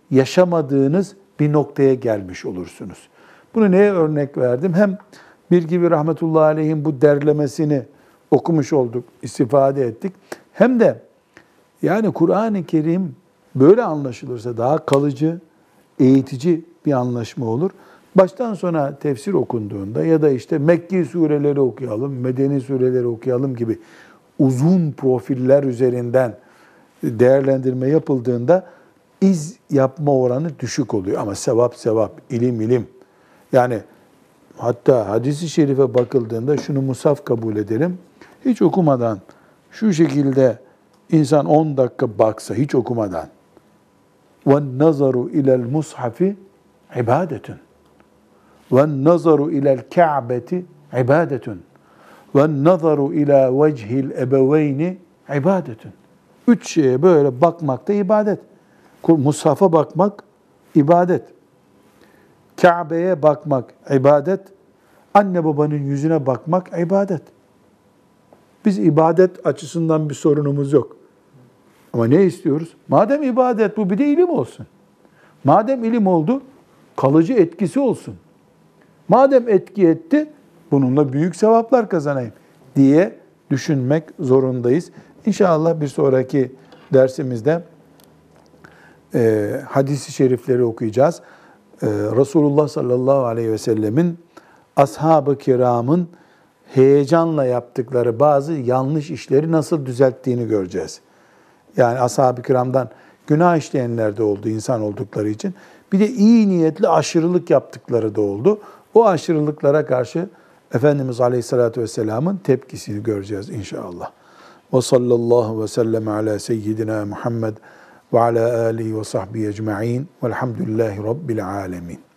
yaşamadığınız bir noktaya gelmiş olursunuz. Bunu neye örnek verdim? Hem bir gibi rahmetullahi aleyhin bu derlemesini okumuş olduk, istifade ettik. Hem de yani Kur'an-ı Kerim böyle anlaşılırsa daha kalıcı, eğitici bir anlaşma olur. Baştan sona tefsir okunduğunda ya da işte Mekki sureleri okuyalım, Medeni sureleri okuyalım gibi uzun profiller üzerinden değerlendirme yapıldığında iz yapma oranı düşük oluyor. Ama sevap, ilim. Yani hatta hadis-i şerife bakıldığında şunu musaf kabul edelim. Hiç okumadan şu şekilde insan 10 dakika baksa hiç okumadan وَالنَّظَرُ اِلَى الْمُصْحَفِ عِبَادَةٌ وَالنَّظَرُ اِلَى الْكَعْبَةِ عِبَادَةٌ وَالنَّظَرُ اِلَى وَجْهِ الْاَبَوَيْنِ عِبَادَةٌ. 3 şeye böyle bakmak da ibadet. Mushafa bakmak ibadet. Kabe'ye bakmak ibadet. Anne babanın yüzüne bakmak ibadet. Biz ibadet açısından bir sorunumuz yok. Ama ne istiyoruz? Madem ibadet bu, bir de ilim olsun. Madem ilim oldu, kalıcı etkisi olsun. Madem etki etti, bununla büyük sevaplar kazanayım diye düşünmek zorundayız. İnşallah bir sonraki dersimizde hadis-i şerifleri okuyacağız. Resulullah sallallahu aleyhi ve sellemin ashab-ı kiramın heyecanla yaptıkları bazı yanlış işleri nasıl düzelttiğini göreceğiz. Yani ashab-ı kiramdan günah işleyenler de oldu insan oldukları için. Bir de iyi niyetli aşırılık yaptıkları da oldu. O aşırılıklara karşı Efendimiz Aleyhisselatü Vesselam'ın tepkisini göreceğiz inşallah. Ve sallallahu ve sellem ala seyyidina Muhammed ve ala alihi ve sahbihi ecma'in velhamdülillahi rabbil alemin.